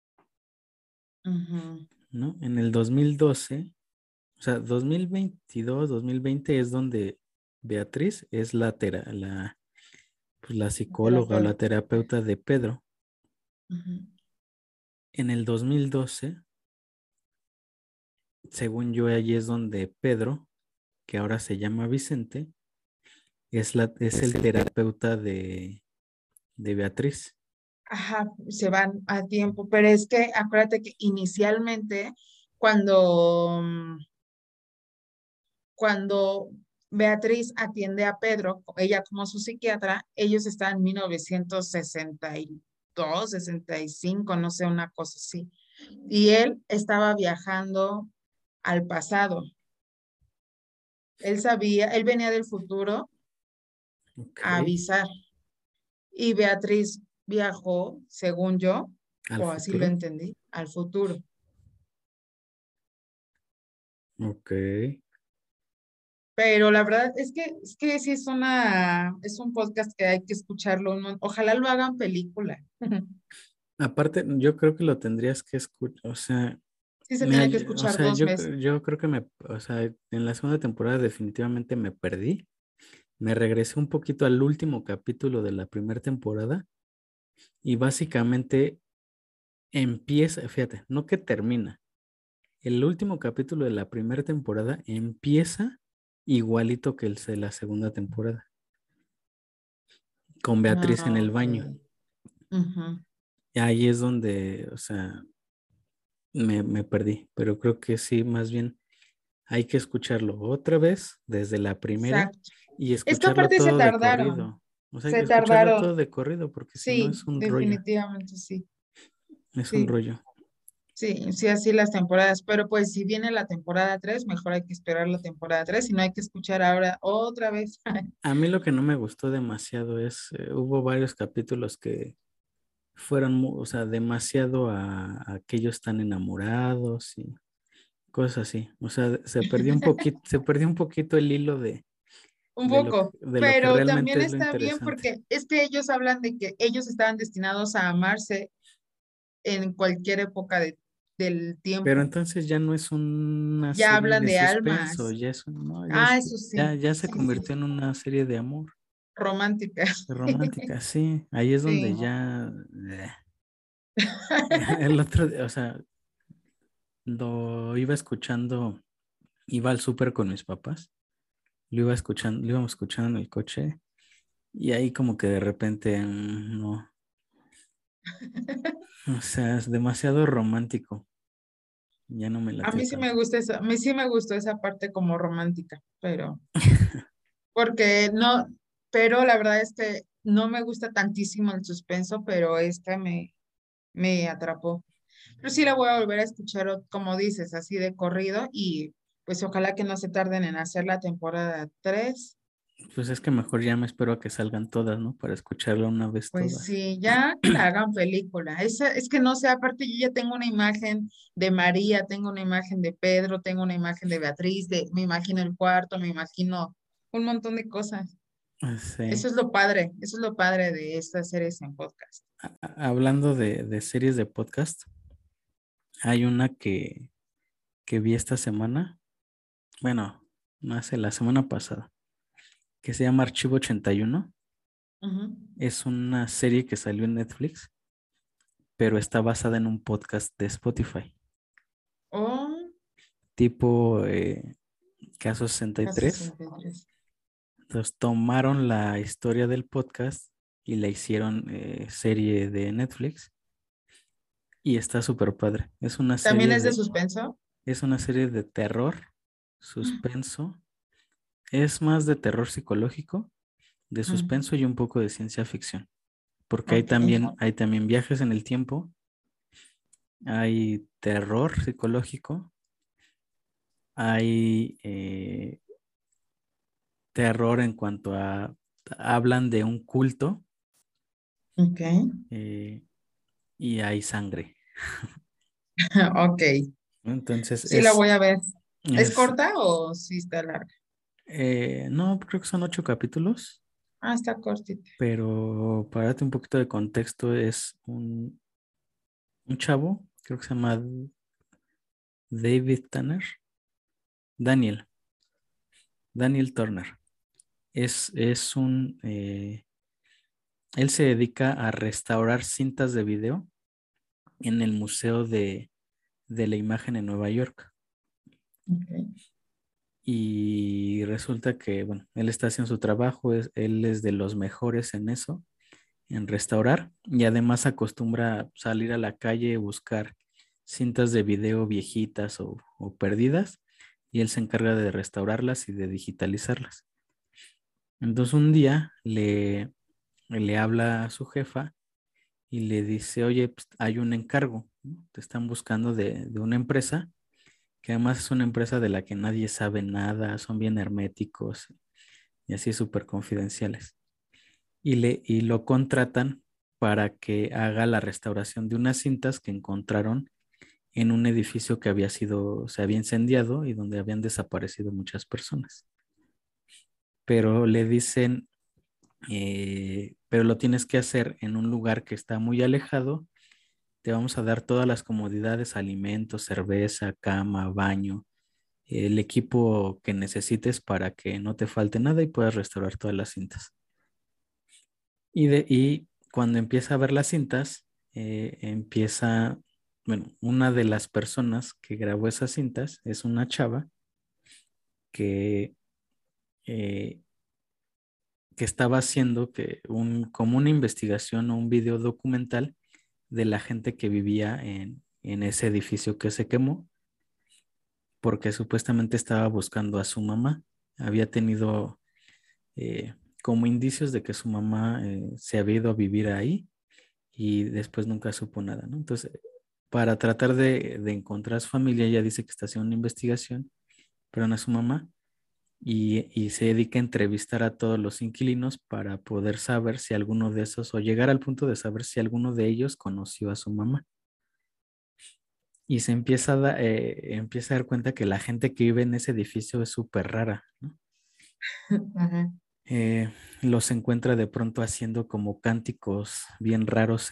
ujú. ¿no? En el 2012, o sea, 2022, 2020 es donde Beatriz es pues, la psicóloga o la Terapeuta. terapeuta de Pedro. Ujú. En el 2012, según yo, allí es donde Pedro, que ahora se llama Vicente, es el terapeuta de Beatriz. Ajá, se van a tiempo, pero es que acuérdate que inicialmente cuando, cuando Beatriz atiende a Pedro, ella como su psiquiatra, ellos están en 1962, 65, no sé, una cosa así. Y él estaba viajando al pasado. Él sabía, él venía del futuro Ok. a avisar. Y Beatriz viajó, según yo, Al o así lo futuro. entendí, al futuro. Ok. Pero la verdad es que sí es un podcast que hay que escucharlo. Ojalá lo hagan película. Aparte, yo creo que lo tendrías que escuchar, o sea, Sí se mira, tiene que escuchar dos veces. yo creo que o sea, en la segunda temporada definitivamente me perdí. Me regresé un poquito al último capítulo de la primera temporada y básicamente empieza, fíjate, no que termina. El último capítulo de la primera temporada empieza igualito que el de la segunda temporada, con Beatriz en Ah, el ok. baño. Ujú. Y ahí es donde, o sea, me perdí, pero creo que sí, más bien hay que escucharlo otra vez desde la primera Exacto. y Es que escucharlo aparte se todo de tardaron, corrido. O sea, hay se que escucharlo tardaron. todo de corrido porque si no Sí, es un rollo, definitivamente sí. es un Sí, rollo. sí, sí, así las temporadas. Pero pues si viene la temporada 3 mejor hay que esperar la temporada 3 y no hay que escuchar ahora otra vez. A mí lo que no me gustó demasiado es, hubo varios capítulos que fueron, o sea, demasiado a que ellos están enamorados y cosas así. O sea, se perdió un poquito el hilo Un poco, de lo que pero realmente también es lo está bien interesante. porque es que ellos hablan de que ellos estaban destinados a amarse en cualquier época del Pero tiempo. entonces ya no es una Ya serie hablan de de suspenso, almas. no, Ah, eso sí, ya se sí, sí, convirtió en una serie de amor románticas. romántica, sí, ahí es Sí. donde ya el otro día, o sea, lo iba escuchando, iba al súper con mis papás, lo íbamos escuchando en el coche y ahí como que de repente no, o sea, es demasiado romántico. Ya no me A latió mí sí me tanto. gusta esa, a mí sí me gustó esa parte como romántica, porque no, pero la verdad es que no me gusta tantísimo el suspenso, pero esta me atrapó. Pero sí la voy a volver a escuchar, como dices, así de corrido y pues ojalá que no se tarden en hacer la temporada 3. Pues es que mejor ya me espero a que salgan todas, ¿no? Para escucharla una vez Pues todas. sí, ya que la hagan película. Es que no sé, aparte yo ya tengo una imagen de María, tengo una imagen de Pedro, tengo una imagen de Beatriz, me imagino el cuarto, me imagino un montón de cosas. Sí. Eso es lo padre de estas series en podcast. Hablando de series de podcast, hay una que vi esta semana, bueno, no sé, la semana pasada, que se llama Archivo 81. Ujú. Es una serie que salió en Netflix, pero está basada en un podcast de Spotify, Oh, tipo Caso caso 63. 63. Entonces tomaron la historia del podcast y la hicieron serie de Netflix y está súper padre. ¿También es de suspenso? Es una serie de terror, suspenso. Es más de terror psicológico, de Mm, suspenso y un poco de ciencia ficción, porque ok. hay también viajes en el tiempo, hay terror psicológico, hay terror en cuanto a, hablan de un culto Ok. eh, y hay sangre. Ok. Entonces Sí la voy a ver. ¿Es es, corta o sí está larga? no, creo que son 8 capítulos, Ah, está cortita. pero para darte un poquito de contexto, es un chavo, creo que se llama David Tanner, Daniel, Daniel Turner. Él se dedica a restaurar cintas de video en el Museo de la Imagen en Nueva York. Ok. Y resulta que, bueno, él está haciendo su trabajo, él es de los mejores en eso, en restaurar, y además acostumbra a salir a la calle y buscar cintas de video viejitas o perdidas, y él se encarga de restaurarlas y de digitalizarlas. Entonces un día le habla a su jefa y le dice, oye, pues, hay un encargo, ¿no? Te están buscando de una empresa, que además es una empresa de la que nadie sabe nada, son bien herméticos y así súper confidenciales. Y lo contratan para que haga la restauración de unas cintas que encontraron en un edificio que se había incendiado y donde habían desaparecido muchas personas. Pero le dicen, pero lo tienes que hacer en un lugar que está muy alejado. Te vamos a dar todas las comodidades, alimentos, cerveza, cama, baño, el equipo que necesites para que no te falte nada y puedas restaurar todas las cintas. Y cuando empieza a ver las cintas, bueno, una de las personas que grabó esas cintas es una chava que, eh, que estaba haciendo como una investigación o un video documental de la gente que vivía en ese edificio que se quemó, porque supuestamente estaba buscando a su mamá. Había tenido como indicios de que su mamá se había ido a vivir ahí y después nunca supo nada, ¿no? Entonces, para tratar de encontrar a su familia, ella dice que está haciendo una investigación, pero no a su mamá, y se dedica a entrevistar a todos los inquilinos para poder saber si alguno de esos, o llegar al punto de saber si alguno de ellos conoció a su mamá. Y se empieza a dar cuenta que la gente que vive en ese edificio es súper rara, ¿no? Ajá. Eh, los encuentra de pronto haciendo como cánticos bien raros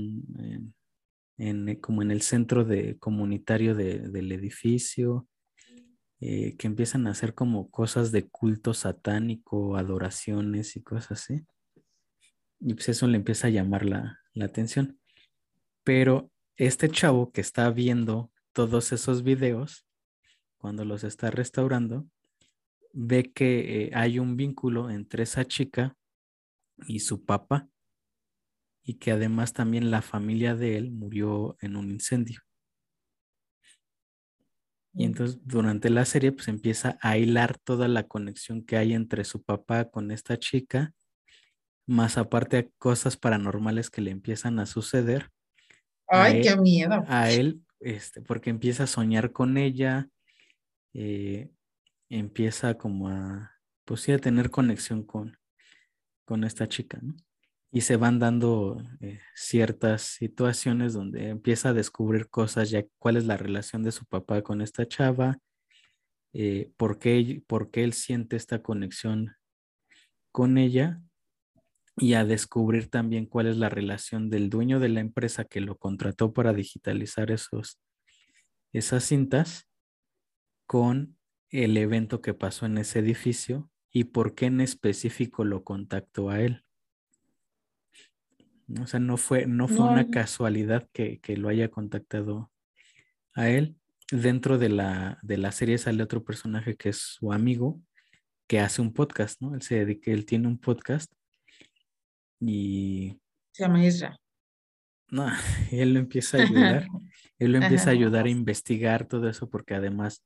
como en el centro comunitario del edificio, que empiezan a hacer como cosas de culto satánico, adoraciones y cosas así. Y pues eso le empieza a llamar la atención. Pero este chavo que está viendo todos esos videos, cuando los está restaurando, ve que hay un vínculo entre esa chica y su papá, y que además también la familia de él murió en un incendio. Y entonces durante la serie pues empieza a hilar toda la conexión que hay entre su papá con esta chica, más aparte cosas paranormales que le empiezan a suceder a Ay, qué él, miedo. porque empieza a soñar con ella, eh, empieza como a, pues sí, a tener conexión con esta chica, ¿no? Y se van dando ciertas situaciones donde empieza a descubrir cosas, ya cuál es la relación de su papá con esta chava, por qué él siente esta conexión con ella y a descubrir también cuál es la relación del dueño de la empresa que lo contrató para digitalizar esas cintas con el evento que pasó en ese edificio y por qué en específico lo contactó a él. O sea, no fue No, una casualidad que lo haya contactado a él. Dentro de la serie sale otro personaje que es su amigo, que hace un podcast, ¿no? Él tiene un podcast y se llama Isra. no, él lo empieza a ayudar. Él lo empieza a Ajá. ayudar a investigar todo eso porque además,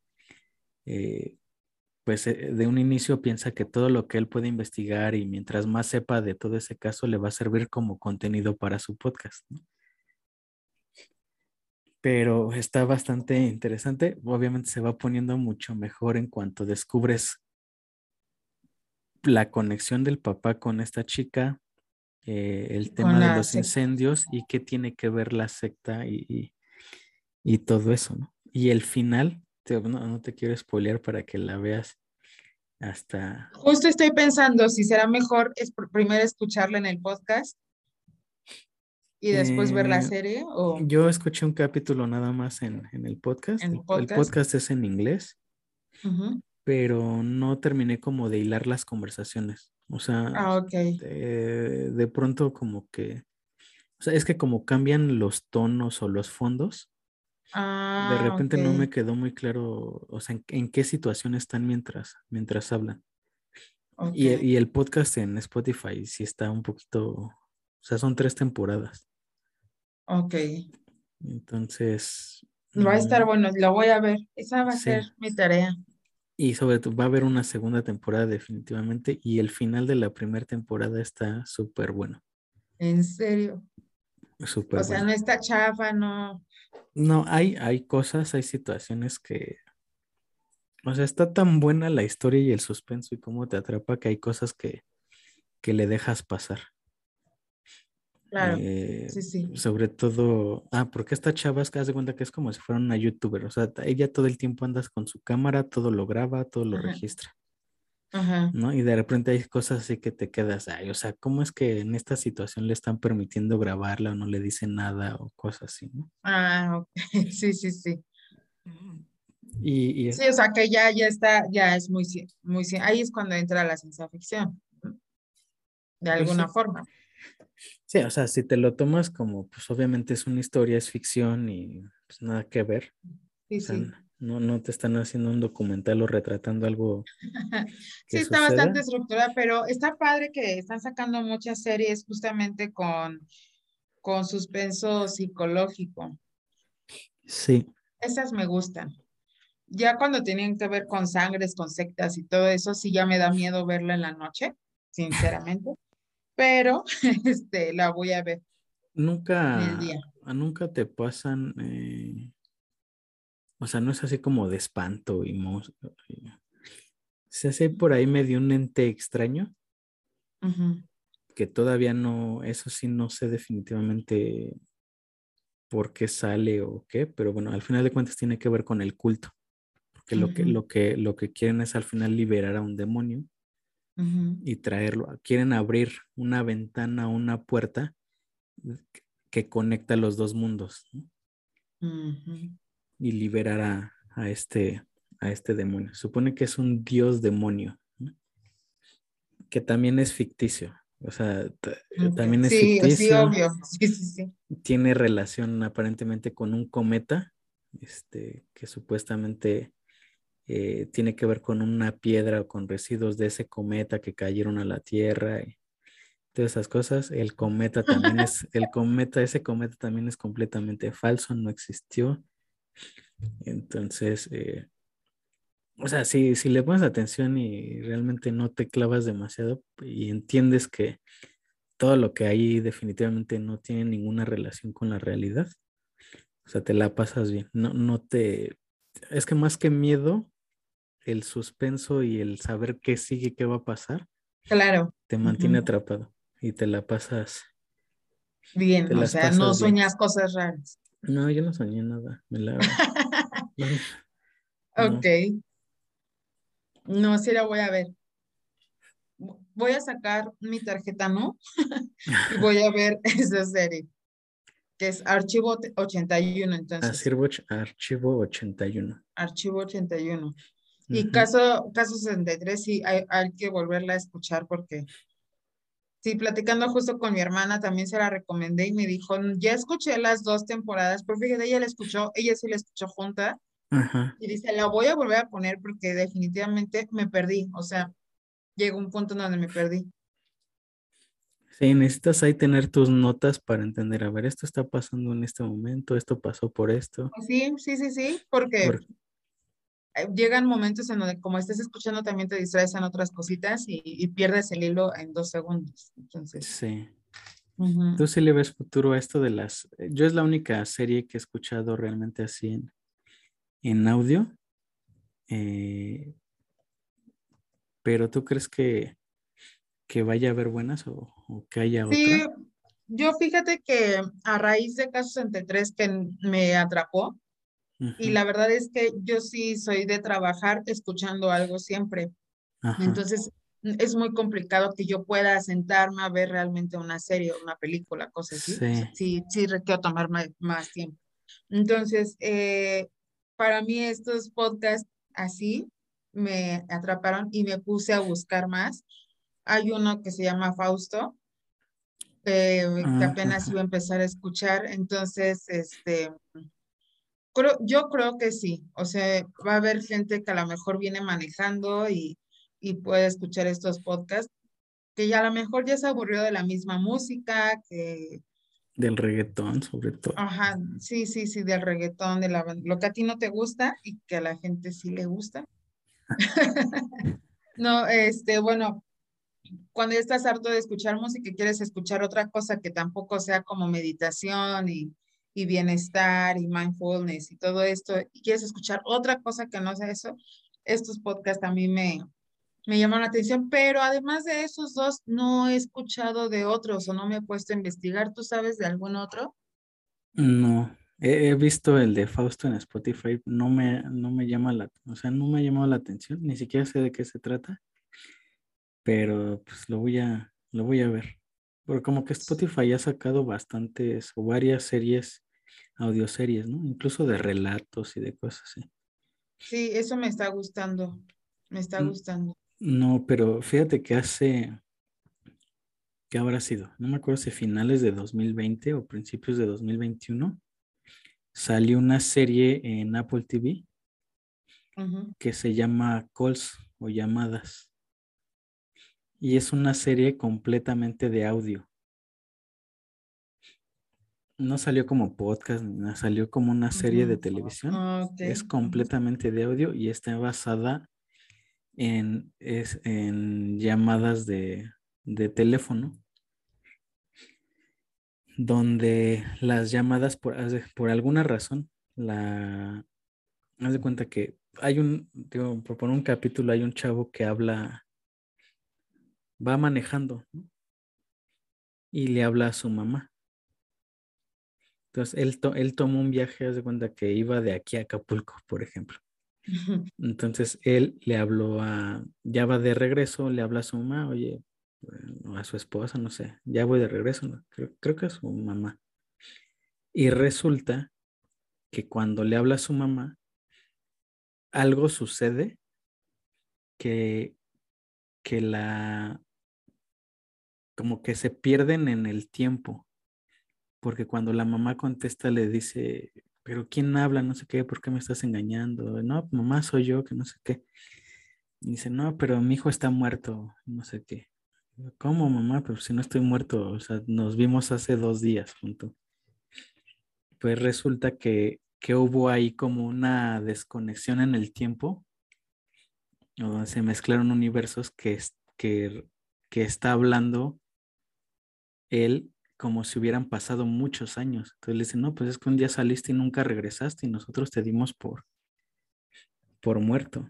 pues de un inicio piensa que todo lo que él puede investigar y mientras más sepa de todo ese caso le va a servir como contenido para su podcast, ¿no? Pero está bastante interesante. Obviamente se va poniendo mucho mejor en cuanto descubres la conexión del papá con esta chica, el Con tema de la los secta. incendios y qué tiene que ver la secta y todo eso, ¿no? Y el final, no te quiero spoilear para que la veas hasta... Justo estoy pensando si será mejor primero escucharla en el podcast y después ver la Eh, serie o yo escuché un capítulo nada más en el podcast. en El, el el podcast. podcast es en inglés, Ujú. pero no terminé como de hilar las conversaciones. O sea, Ah, ok. de pronto como que, o sea, es que como cambian los tonos o los fondos, de Ah, ok. repente no me quedó muy claro, o sea, en qué situación están mientras hablan. Ok. Y el podcast en Spotify sí está un poquito, o sea, son 3 temporadas. Ok. Entonces, Va a estar bueno, lo voy a ver. Esa va a sí. ser mi tarea. Y sobre todo va a haber una segunda temporada definitivamente y el final de la primera temporada está súper bueno, En serio. súper O sea, bueno. no está chafa, no. No, hay cosas, hay situaciones que, o sea, está tan buena la historia y el suspenso y cómo te atrapa que hay cosas que le dejas pasar. Claro. Eh, Sí, sí. sobre todo, porque esta chava es que haz de cuenta que es como si fuera una youtuber, o sea, ella todo el tiempo andas con su cámara, todo lo graba, todo lo Ajá. registra, Ajá. ¿no? Y de repente hay cosas así que te quedas, ay, o sea, ¿cómo es que en esta situación le están permitiendo grabarla o no le dicen nada o cosas así, ¿no? Ah, ok. Sí, sí, sí. Y Sí, o sea que ya está, ya es muy, muy, ahí es cuando entra la ciencia ficción, ¿no? De pues alguna sí, forma. sí, o sea, si te lo tomas como, pues obviamente es una historia, es ficción y pues nada que ver, Sí, o sea, sí. no te están haciendo un documental o retratando algo Sí, que está bastante suceda. estructurada, pero está padre que están sacando muchas series justamente con suspenso psicológico. Sí. Esas me gustan. Ya cuando tienen que ver con sangres, con sectas y todo eso, sí ya me da miedo verla en la noche, sinceramente, pero la voy a ver en el Nunca, día. nunca te pasan, o sea, no es así como de espanto y se hace por ahí medio un ente extraño Ujú, que todavía no, eso sí no sé definitivamente por qué sale o qué, pero bueno, al final de cuentas tiene que ver con el culto, porque ujú, lo que quieren es al final liberar a un demonio ujú, y traerlo, quieren abrir una ventana, una puerta que conecta los dos mundos, ¿no? ujú. Y liberar a este demonio. Supone que es un dios demonio, ¿no? Que también es ficticio. O sea, Ok. también es Sí, sí, ficticio, obvio. Sí, sí, sí. tiene relación aparentemente con un cometa, que supuestamente tiene que ver con una piedra o con residuos de ese cometa que cayeron a la Tierra y todas esas cosas. Ese cometa también es completamente falso, no existió. Entonces, o sea, si le pones atención y realmente no te clavas demasiado y entiendes que todo lo que hay definitivamente no tiene ninguna relación con la realidad, o sea, te la pasas bien. Es que más que miedo, el suspenso y el saber qué sigue, qué va a pasar, Claro. te mantiene Ujú. atrapado y te Bien, o las sea, no pasas bien. sueñas cosas raras. No, yo no soñé nada, no, Ok, no. no, sí la voy a ver. Voy a sacar mi tarjeta, ¿no? Y voy a ver esa serie, que es Archivo 81, entonces, Archivo 81. Archivo 81. Y Ujú. caso 63, sí, hay que volverla a escuchar porque, sí, platicando justo con mi hermana, también se la recomendé y me dijo, ya escuché las dos temporadas, pero fíjate, ella sí la escuchó junta Ajá. y dice, la voy a volver a poner porque definitivamente me perdí, o sea, llegó un punto en donde me perdí. Sí, necesitas ahí tener tus notas para entender, a ver, esto está pasando en este momento, esto pasó por esto, Sí, sí, sí, sí, porque por llegan momentos en donde como estés escuchando también te distraes en otras cositas y pierdes el hilo en 2 segundos. Entonces, sí. ujú. ¿Tú sí le ves futuro a esto yo es la única serie que he escuchado realmente así en audio, eh, pero ¿tú crees que vaya a haber buenas o que haya Sí, otra? yo fíjate que a raíz de Caso 63 que me atrapó, y Ujú. la verdad es que yo sí soy de trabajar escuchando algo siempre. Ajá. Entonces, es muy complicado que yo pueda sentarme a ver realmente una serie o una película, cosas así. O sea, Sí. sí, sí requiero tomarme más tiempo. Entonces, para mí estos podcasts así me atraparon y me puse a buscar más. Hay uno que se llama Fausto, que Ah, apenas iba a ajá. empezar a escuchar. Entonces, yo creo que sí. O sea, va a haber gente que a lo mejor viene manejando y puede escuchar estos podcasts, que ya a lo mejor ya se aburrió de la misma música, que, Del reggaetón, sobre todo. ajá, sí, sí, sí, del reggaetón, lo que a ti no te gusta y que a la gente sí le gusta. No, bueno, cuando ya estás harto de escuchar música y quieres escuchar otra cosa que tampoco sea como meditación y bienestar y mindfulness y todo esto, y quieres escuchar otra cosa que no sea eso, estos podcasts a mí me llaman la atención, pero además de esos dos, no he escuchado de otros o no me he puesto a investigar. ¿Tú sabes de algún otro? No, he visto el de Fausto en Spotify, no me llama o sea, no me ha llamado la atención, ni siquiera sé de qué se trata, pero pues lo voy a ver. Porque como que Spotify ha sacado bastantes o varias series, audioseries, ¿no? Incluso de relatos y de cosas así. Sí, eso me está gustando, me está N- gustando. No, pero fíjate ¿qué habrá sido? No me acuerdo si finales de 2020 o principios de 2021 salió una serie en Apple TV Ujú. que se llama Calls o Llamadas. Y es una serie completamente de audio. No salió como podcast, ni nada, salió como una serie de Ujú. televisión. Ah, ok. Es Ujú. completamente de audio y está basada en llamadas de teléfono, donde las llamadas por alguna razón, haz de cuenta que digo, por poner un capítulo, hay un chavo que va manejando, ¿no? Y le habla a su mamá. Entonces, él tomó un viaje, haz de cuenta que iba de aquí a Acapulco, por ejemplo. Entonces, él le habló ya va de regreso, le habla a su mamá, oye, o a su esposa, no sé, ya voy de regreso, ¿no? Creo que a su mamá. Y resulta que cuando le habla a su mamá, algo sucede que, que como que se pierden en el tiempo, porque cuando la mamá contesta le dice, pero ¿quién habla? No sé qué, ¿por qué me estás engañando? No, mamá, soy yo, que no sé qué. Y dice, no, pero mi hijo está muerto, no sé qué. ¿Cómo, mamá? Pero si no estoy muerto, o sea, nos vimos hace 2 días juntos. Pues resulta que que hubo ahí como una desconexión en el tiempo, donde se mezclaron universos que está hablando él como si hubieran pasado muchos años. Entonces le dicen, no, pues es que un día saliste y nunca regresaste y nosotros te dimos por muerto.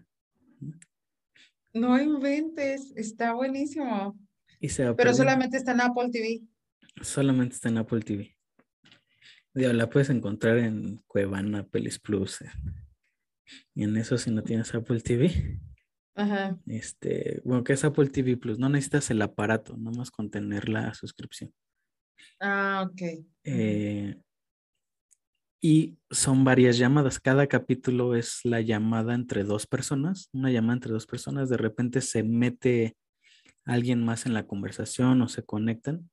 No inventes, está buenísimo. Y se va Pero perdiendo. solamente está en Apple TV. Solamente está en Apple TV. Digo, la puedes encontrar en Cuevana, Pelis Plus. Y en eso si no tienes Apple TV. Ajá. Bueno, que es Apple TV Plus, no necesitas el aparato, nomás con tener la suscripción. Ah, ok. Ujú. Eh, y son varias llamadas. Cada capítulo es la llamada entre dos personas, una llamada entre dos personas. De repente se mete alguien más en la conversación o se conectan,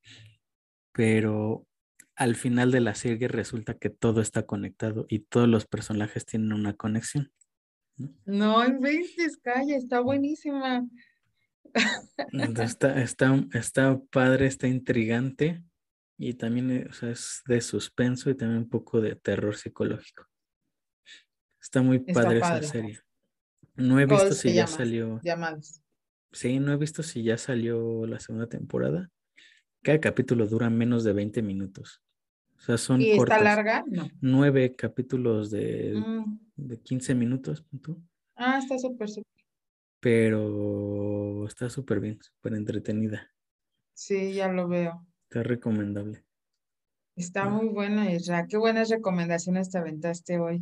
pero al final de la serie resulta que todo está conectado y todos los personajes tienen una conexión, ¿no? No inventes, calla, está buenísima. Entonces está padre, está intrigante y también o sea, es de suspenso y también un poco de terror psicológico. Está muy Está padre esa padre. serie. No he ¿Cómo visto se si ya llama? salió, Llamadas. sí, no he visto si ya salió la segunda temporada. Cada capítulo dura menos de 20 minutos. O sea, son ¿Y está cortos. larga? No. 9 capítulos de, Mm. de 15 minutos, pon tú, Ah, está súper, súper. pero está súper bien, súper entretenida. Sí, ya lo veo. Está recomendable. Está Ah, muy buena, Isra. Qué buenas recomendaciones te aventaste hoy.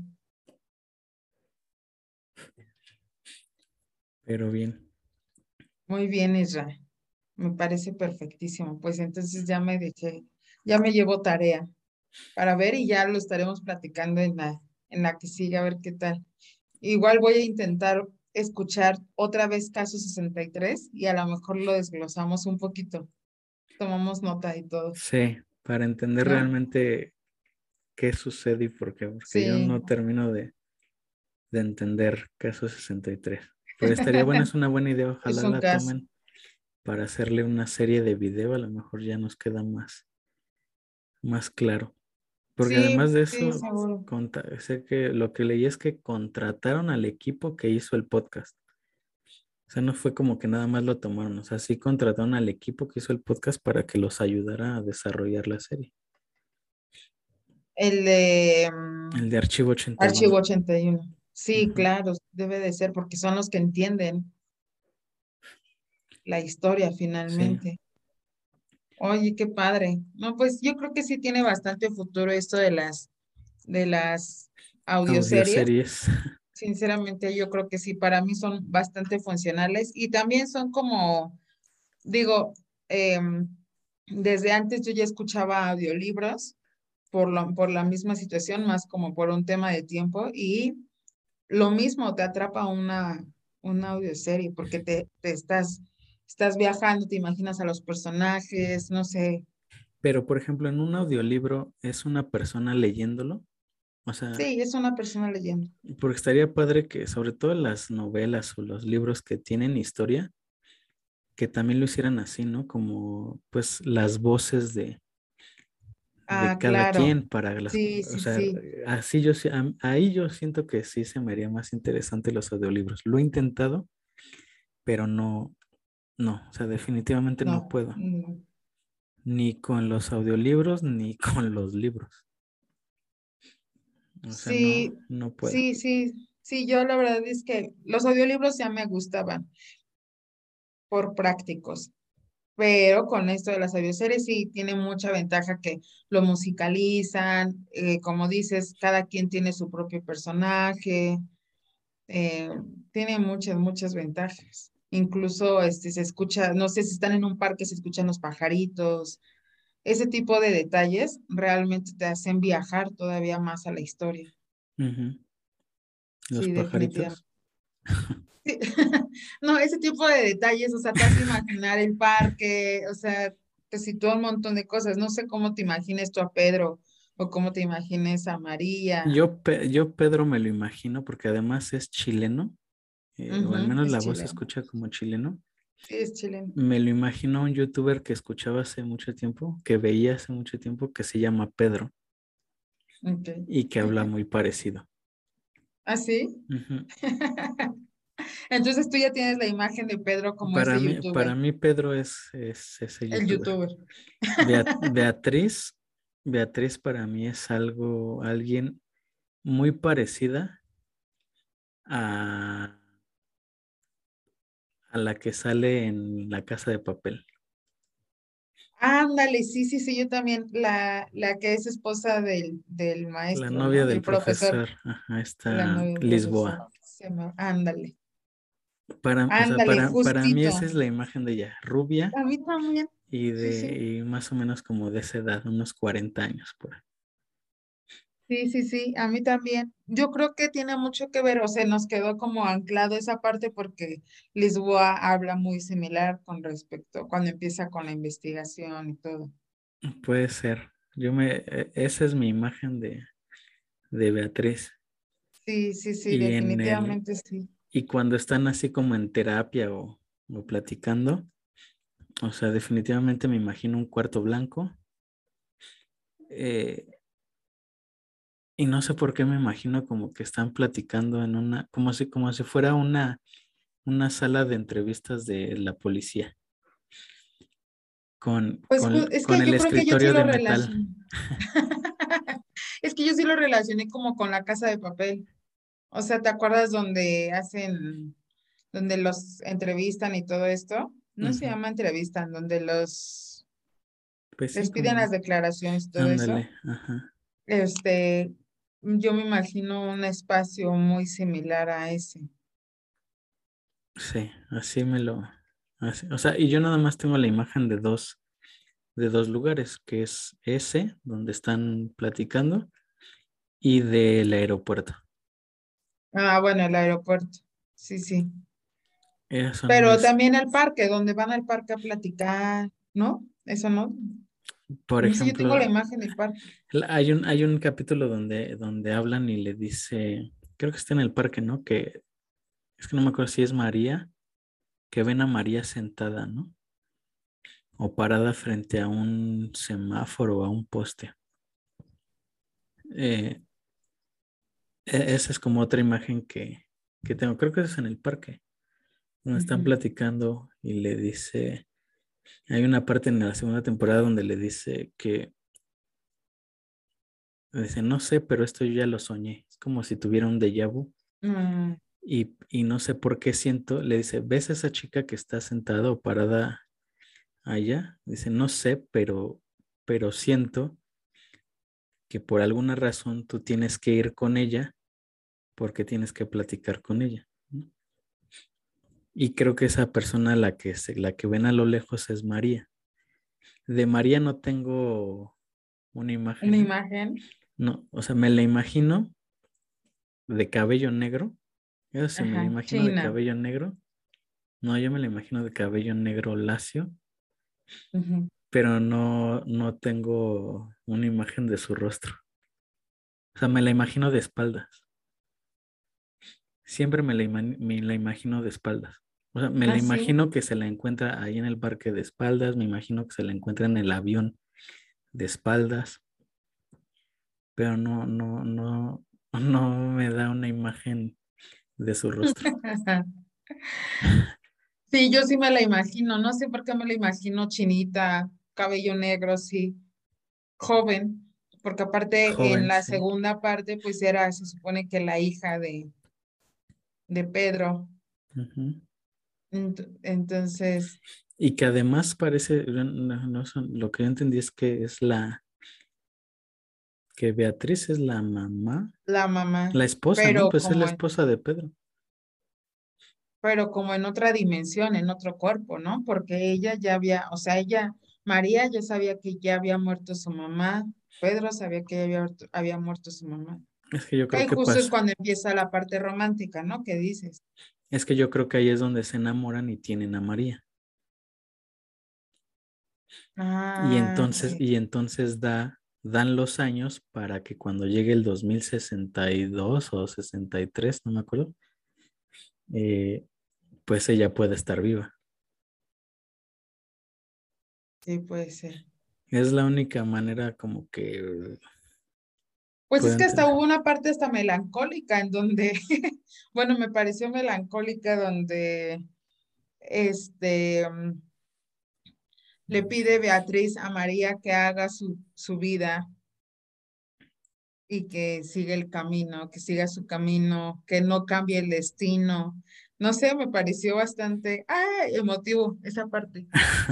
pero bien. Muy bien, Isra. Me parece perfectísimo. Pues entonces ya me llevo tarea para ver y ya lo estaremos platicando en la que sigue, a ver qué tal. Igual voy a intentar escuchar otra vez Caso 63 y a lo mejor lo desglosamos un poquito. Tomamos nota y todo, Sí, para entender ¿no? realmente qué sucede y por qué, porque yo Sí, no termino de entender caso 63. Pero estaría bueno, es una buena idea, es ojalá un la caso. tomen para hacerle una serie de video, a lo mejor ya nos queda más claro. Porque Sí, además de sí, eso, seguro. sé que lo que leí es que contrataron al equipo que hizo el podcast. O sea, no fue como que nada más lo tomaron, o sea, sí contrataron al equipo que hizo el podcast para que los ayudara a desarrollar la serie. El de El de Archivo 81. Archivo 81. Sí, Ujú. claro, debe de ser porque son los que entienden la historia Sí, finalmente. Oye, qué padre. No, pues yo creo que sí tiene bastante futuro esto de las audioseries. audioseries. Sinceramente, yo creo que sí, para mí son bastante funcionales y también son como, digo, em, desde antes yo ya escuchaba audiolibros por la misma situación, más como por un tema de tiempo y lo mismo te atrapa una audioserie porque estás viajando, te imaginas a los personajes, no sé. Pero, por ejemplo, en un audiolibro es una persona leyéndolo. O sea, Sí, es una persona leyendo. porque estaría padre que, sobre todo las novelas o los libros que tienen historia, que también lo hicieran así, ¿no? Como, pues, las voces de Ah, cada claro. quien para las, Sí, o sí, sea, sí. así yo, ahí yo siento que sí se me haría más interesante los audiolibros. Lo he intentado, pero no, o sea, definitivamente no No. puedo, ni con los audiolibros ni con los libros. O sea, Sí, no puedo. sí, sí, sí, yo la verdad es que los audiolibros ya me gustaban por prácticos, pero con esto de las audioseries sí tiene mucha ventaja que lo musicalizan, como dices, cada quien tiene su propio personaje, eh, tiene muchas, muchas ventajas. Incluso se escucha, no sé si están en un parque, se escuchan los pajaritos, ese tipo de detalles realmente te hacen viajar todavía más a la historia. Ujú. Los Sí, definitivamente. pajaritos. Sí. No, ese tipo de detalles, o sea, te hace imaginar el parque, o sea, te sitúa un montón de cosas. No sé cómo te imagines tú a Pedro o cómo te imagines a María. Yo Pedro me lo imagino porque además es chileno, o al Ujú, menos es la voz se chileno. escucha como chileno. Sí, es chileno. Me lo imagino a un youtuber que escuchaba hace mucho tiempo, que veía hace mucho tiempo, que se llama Pedro. Ok. y que habla muy parecido. ¿Ah, sí? Ujú. Entonces tú ya tienes la imagen de Pedro como ese Para youtuber, mí Pedro es ese el youtuber. youtuber. Beatriz, Beatriz para mí es alguien muy parecida a, a la que sale en La Casa de Papel, Ándale, sí, sí, sí, yo también, la que es esposa del la maestro, novia ¿no? del Del profesor, profesor, ajá, la está novia del profesor. Lisboa. Ándale, O sea, ándale, para mí esa justito. es la imagen de ella, rubia A mí también, sí, sí. y más o menos como de esa edad, unos 40 años por ahí. Sí, sí, sí, a mí también. Yo creo que tiene mucho que ver, o sea, nos quedó como anclado esa parte porque Lisboa habla muy similar con respecto, cuando empieza con la investigación y todo. Puede ser. Esa es mi imagen de Beatriz. Sí, sí, sí, Y en el, definitivamente sí. y cuando están así como en terapia o platicando, o sea, definitivamente me imagino un cuarto blanco. eh, y no sé por qué me imagino como que están platicando en como si fuera una sala de entrevistas de la policía, Pues es con que el yo creo que yo sí escritorio lo de metal. relaciono. Es que yo sí lo relacioné como con la Casa de Papel. O sea, ¿te acuerdas donde donde los entrevistan y todo esto? No se Ujú. llama entrevistan, donde Pues sí, les piden como, las declaraciones y todo eso. ándale, ajá. Este, yo me imagino un espacio muy similar a ese. Sí, o sea, y yo nada más tengo la imagen de dos lugares, que es ese, donde están platicando, y del aeropuerto. Ah, bueno, el aeropuerto. Sí, sí. Esas son Pero mis, también el parque, donde van al parque a platicar, ¿no? Eso no. por No sé, yo tengo la ejemplo, imagen del parque. hay un capítulo donde hablan y le dice, creo que está en el parque, ¿no? Que es que no me acuerdo si es María, que ven a María sentada, ¿no? O parada frente a un semáforo o a un poste. Eh, esa es como otra imagen que tengo. Creo que es en el parque, donde están Ujú. platicando y le dice, hay una parte en la segunda temporada donde le dice, no sé, pero esto yo ya lo soñé. Es como si tuviera un déjà vu. Mm, Y no sé por qué siento, le dice, ¿ves a esa chica que está sentada o parada allá? Dice, no sé, pero siento que por alguna razón tú tienes que ir con ella porque tienes que platicar con ella, ¿no? Y creo que esa persona la que ven a lo lejos es María. De María no tengo una una imagen, imagen. no, o sea, me la imagino de cabello negro. Eso sí, me la Ajá, imagino de China. cabello negro. No, yo me la imagino de cabello negro lacio, Ujú. pero no tengo una imagen de su rostro. O sea, me la imagino de espaldas. Siempre me la imagino de espaldas. O sea, me la Ah, sí. imagino que se la encuentra ahí en el parque de espaldas, me imagino que se la encuentra en el avión de espaldas, pero no me da una imagen de su rostro. Sí, yo sí me la imagino. No sé por qué me la imagino chinita, cabello negro, sí, joven. Porque aparte en Joven, la sí. segunda parte, pues se supone que la hija de Pedro. Ujú. Entonces, Y que además parece, lo que yo entendí es que que Beatriz es la mamá, la mamá, la esposa, ¿no? pero Pues es la como esposa de Pedro. pero como en otra dimensión, en otro cuerpo, ¿no? Porque ella ya había, o sea, María ya sabía que ya había muerto su mamá, Pedro sabía que ya había muerto su mamá. Es que yo Que creo ahí que justo es pasa, cuando empieza la parte romántica, ¿no? ¿Qué dices? es que yo creo que ahí es donde se enamoran y tienen a María. Ah, sí. Y entonces dan los años para que cuando llegue el 2062 o 63 no me acuerdo, eh, pues ella pueda estar viva. Sí, puede ser. Es la única manera como que Pues es puedo que hasta entender. hubo una parte hasta melancólica en donde, bueno, me pareció melancólica donde este le pide Beatriz a María que haga su vida y que siga el camino, que siga su camino, que no cambie el destino. No sé, me pareció bastante, emotivo esa parte.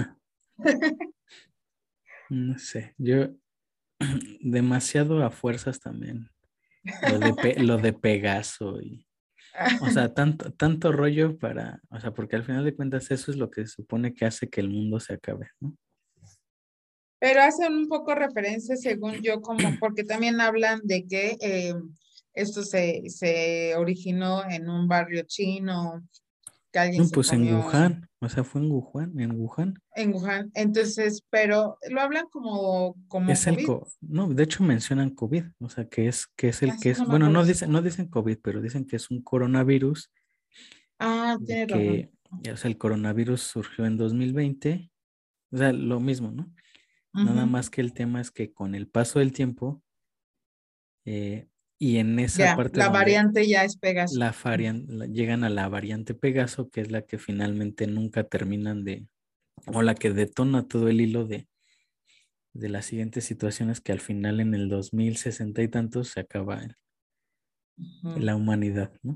No sé, yo demasiado a fuerzas también. Lo de Pegaso y, o sea, tanto rollo para, o sea, porque al final de cuentas eso es lo que se supone que hace que el mundo se acabe, ¿no? Pero hacen un poco referencia, según yo, como, porque también hablan de que esto se originó en un barrio chino, que alguien No, se pues en comió Wuhan, o sea, fue en Wuhan. en Wuhan. Entonces, pero lo hablan como Es el COVID. no, de hecho mencionan COVID, o sea, que es el que Así es, no me bueno, acuerdo. no dicen COVID, pero dicen que es un coronavirus y Tienes razón. que, o sea, el coronavirus surgió en 2020, o sea, lo mismo, ¿no? Nada Ujú. más que el tema es que con el paso del tiempo eh, y en esa Ya, parte la donde variante ya es Pegaso. llegan a la variante Pegaso, que es la que finalmente nunca terminan o la que detona todo el hilo de las siguientes situaciones que al final en el 2060 y tantos se acaba Ujú. la humanidad, ¿no?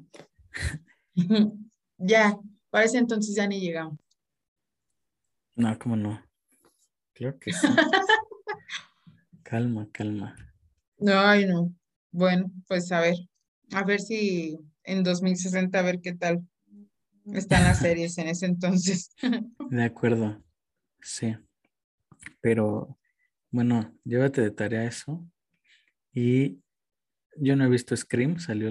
Ya, parece entonces ya ni llegamos. No, cómo no. Creo que sí. Calma, calma. No, ay, no. Bueno, pues a ver si en 2060 a ver qué tal están las series en ese entonces. De acuerdo, sí. Pero bueno, llévate de tarea eso. Y yo no he visto Scream, salió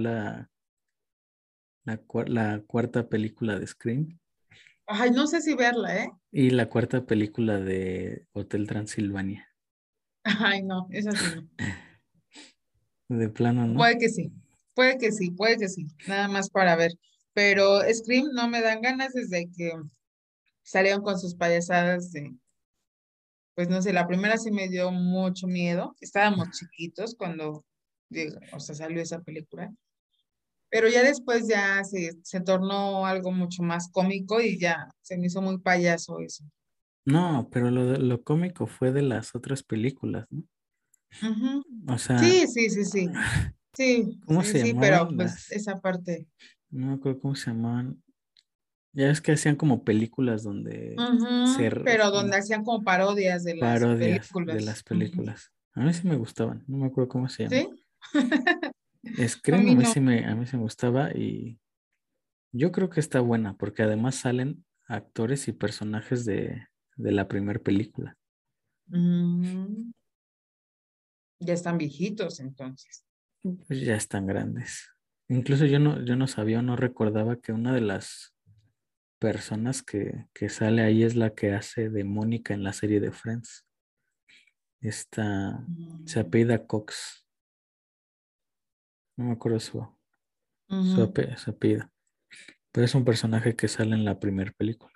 la cuarta película de Scream Ay, no sé si verla, ¿eh? y la cuarta película de Hotel Transilvania. Ay, no, es así, no. De plano, ¿no? Puede que sí, puede que sí, puede que sí, nada más para ver. Pero Scream no me dan ganas desde que salieron con sus payasadas de, pues no sé, la primera sí me dio mucho miedo. Estábamos chiquitos cuando, o sea, salió esa película. Pero ya después ya se tornó algo mucho más cómico y ya se me hizo muy payaso eso. No, pero lo cómico fue de las otras películas, ¿no? Ujú. O sea, Sí, sí, sí, sí. Sí, ¿cómo sí, se sí, pero llamaban pues las? esa parte. No me acuerdo cómo se llamaban. Ya es que hacían como películas donde Ujú, ser pero donde hacían como parodias de las parodias de películas. las Ujú. películas. A mí sí me gustaban, no me acuerdo cómo se llama. ¿Sí? A Scream mí no. a mí sí me gustaba y yo creo que está buena porque además salen actores y personajes de la primera película. Mm, ya están viejitos entonces. Pues ya están grandes. Incluso yo no sabía o no recordaba que una de las personas que sale ahí es la que hace de Mónica en la serie de Friends. Esta se Mm, apellida Cox, no me acuerdo ujú. su apellido, pero es un personaje que sale en la primera película.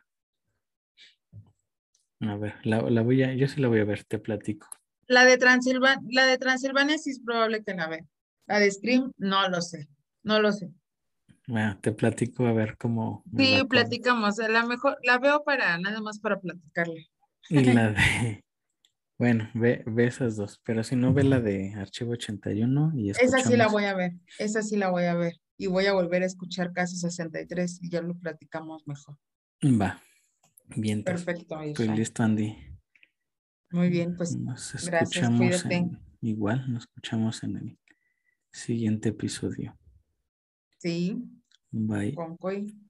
A ver, yo sí la voy a ver, te platico. La de Transilvania sí es probable que la vea. La de Scream, no lo sé. No lo sé. Bueno, te platico a ver cómo me Sí, va con. platicamos. A la mejor, la veo para nada más para platicarle. Y la de, bueno, ve esas dos, pero si no, ve la de Archivo 81 y Esa sí la escuchamos. voy a ver. Esa sí la voy a ver. Y voy a volver a escuchar Caso 63 y ya lo platicamos mejor. Va, vientos. Perfecto, Pues Isra. listo, Andy. Muy bien, pues Nos gracias, escuchamos cuídate. en, igual, nos escuchamos en el siguiente episodio. Sí, Bye. con Coy.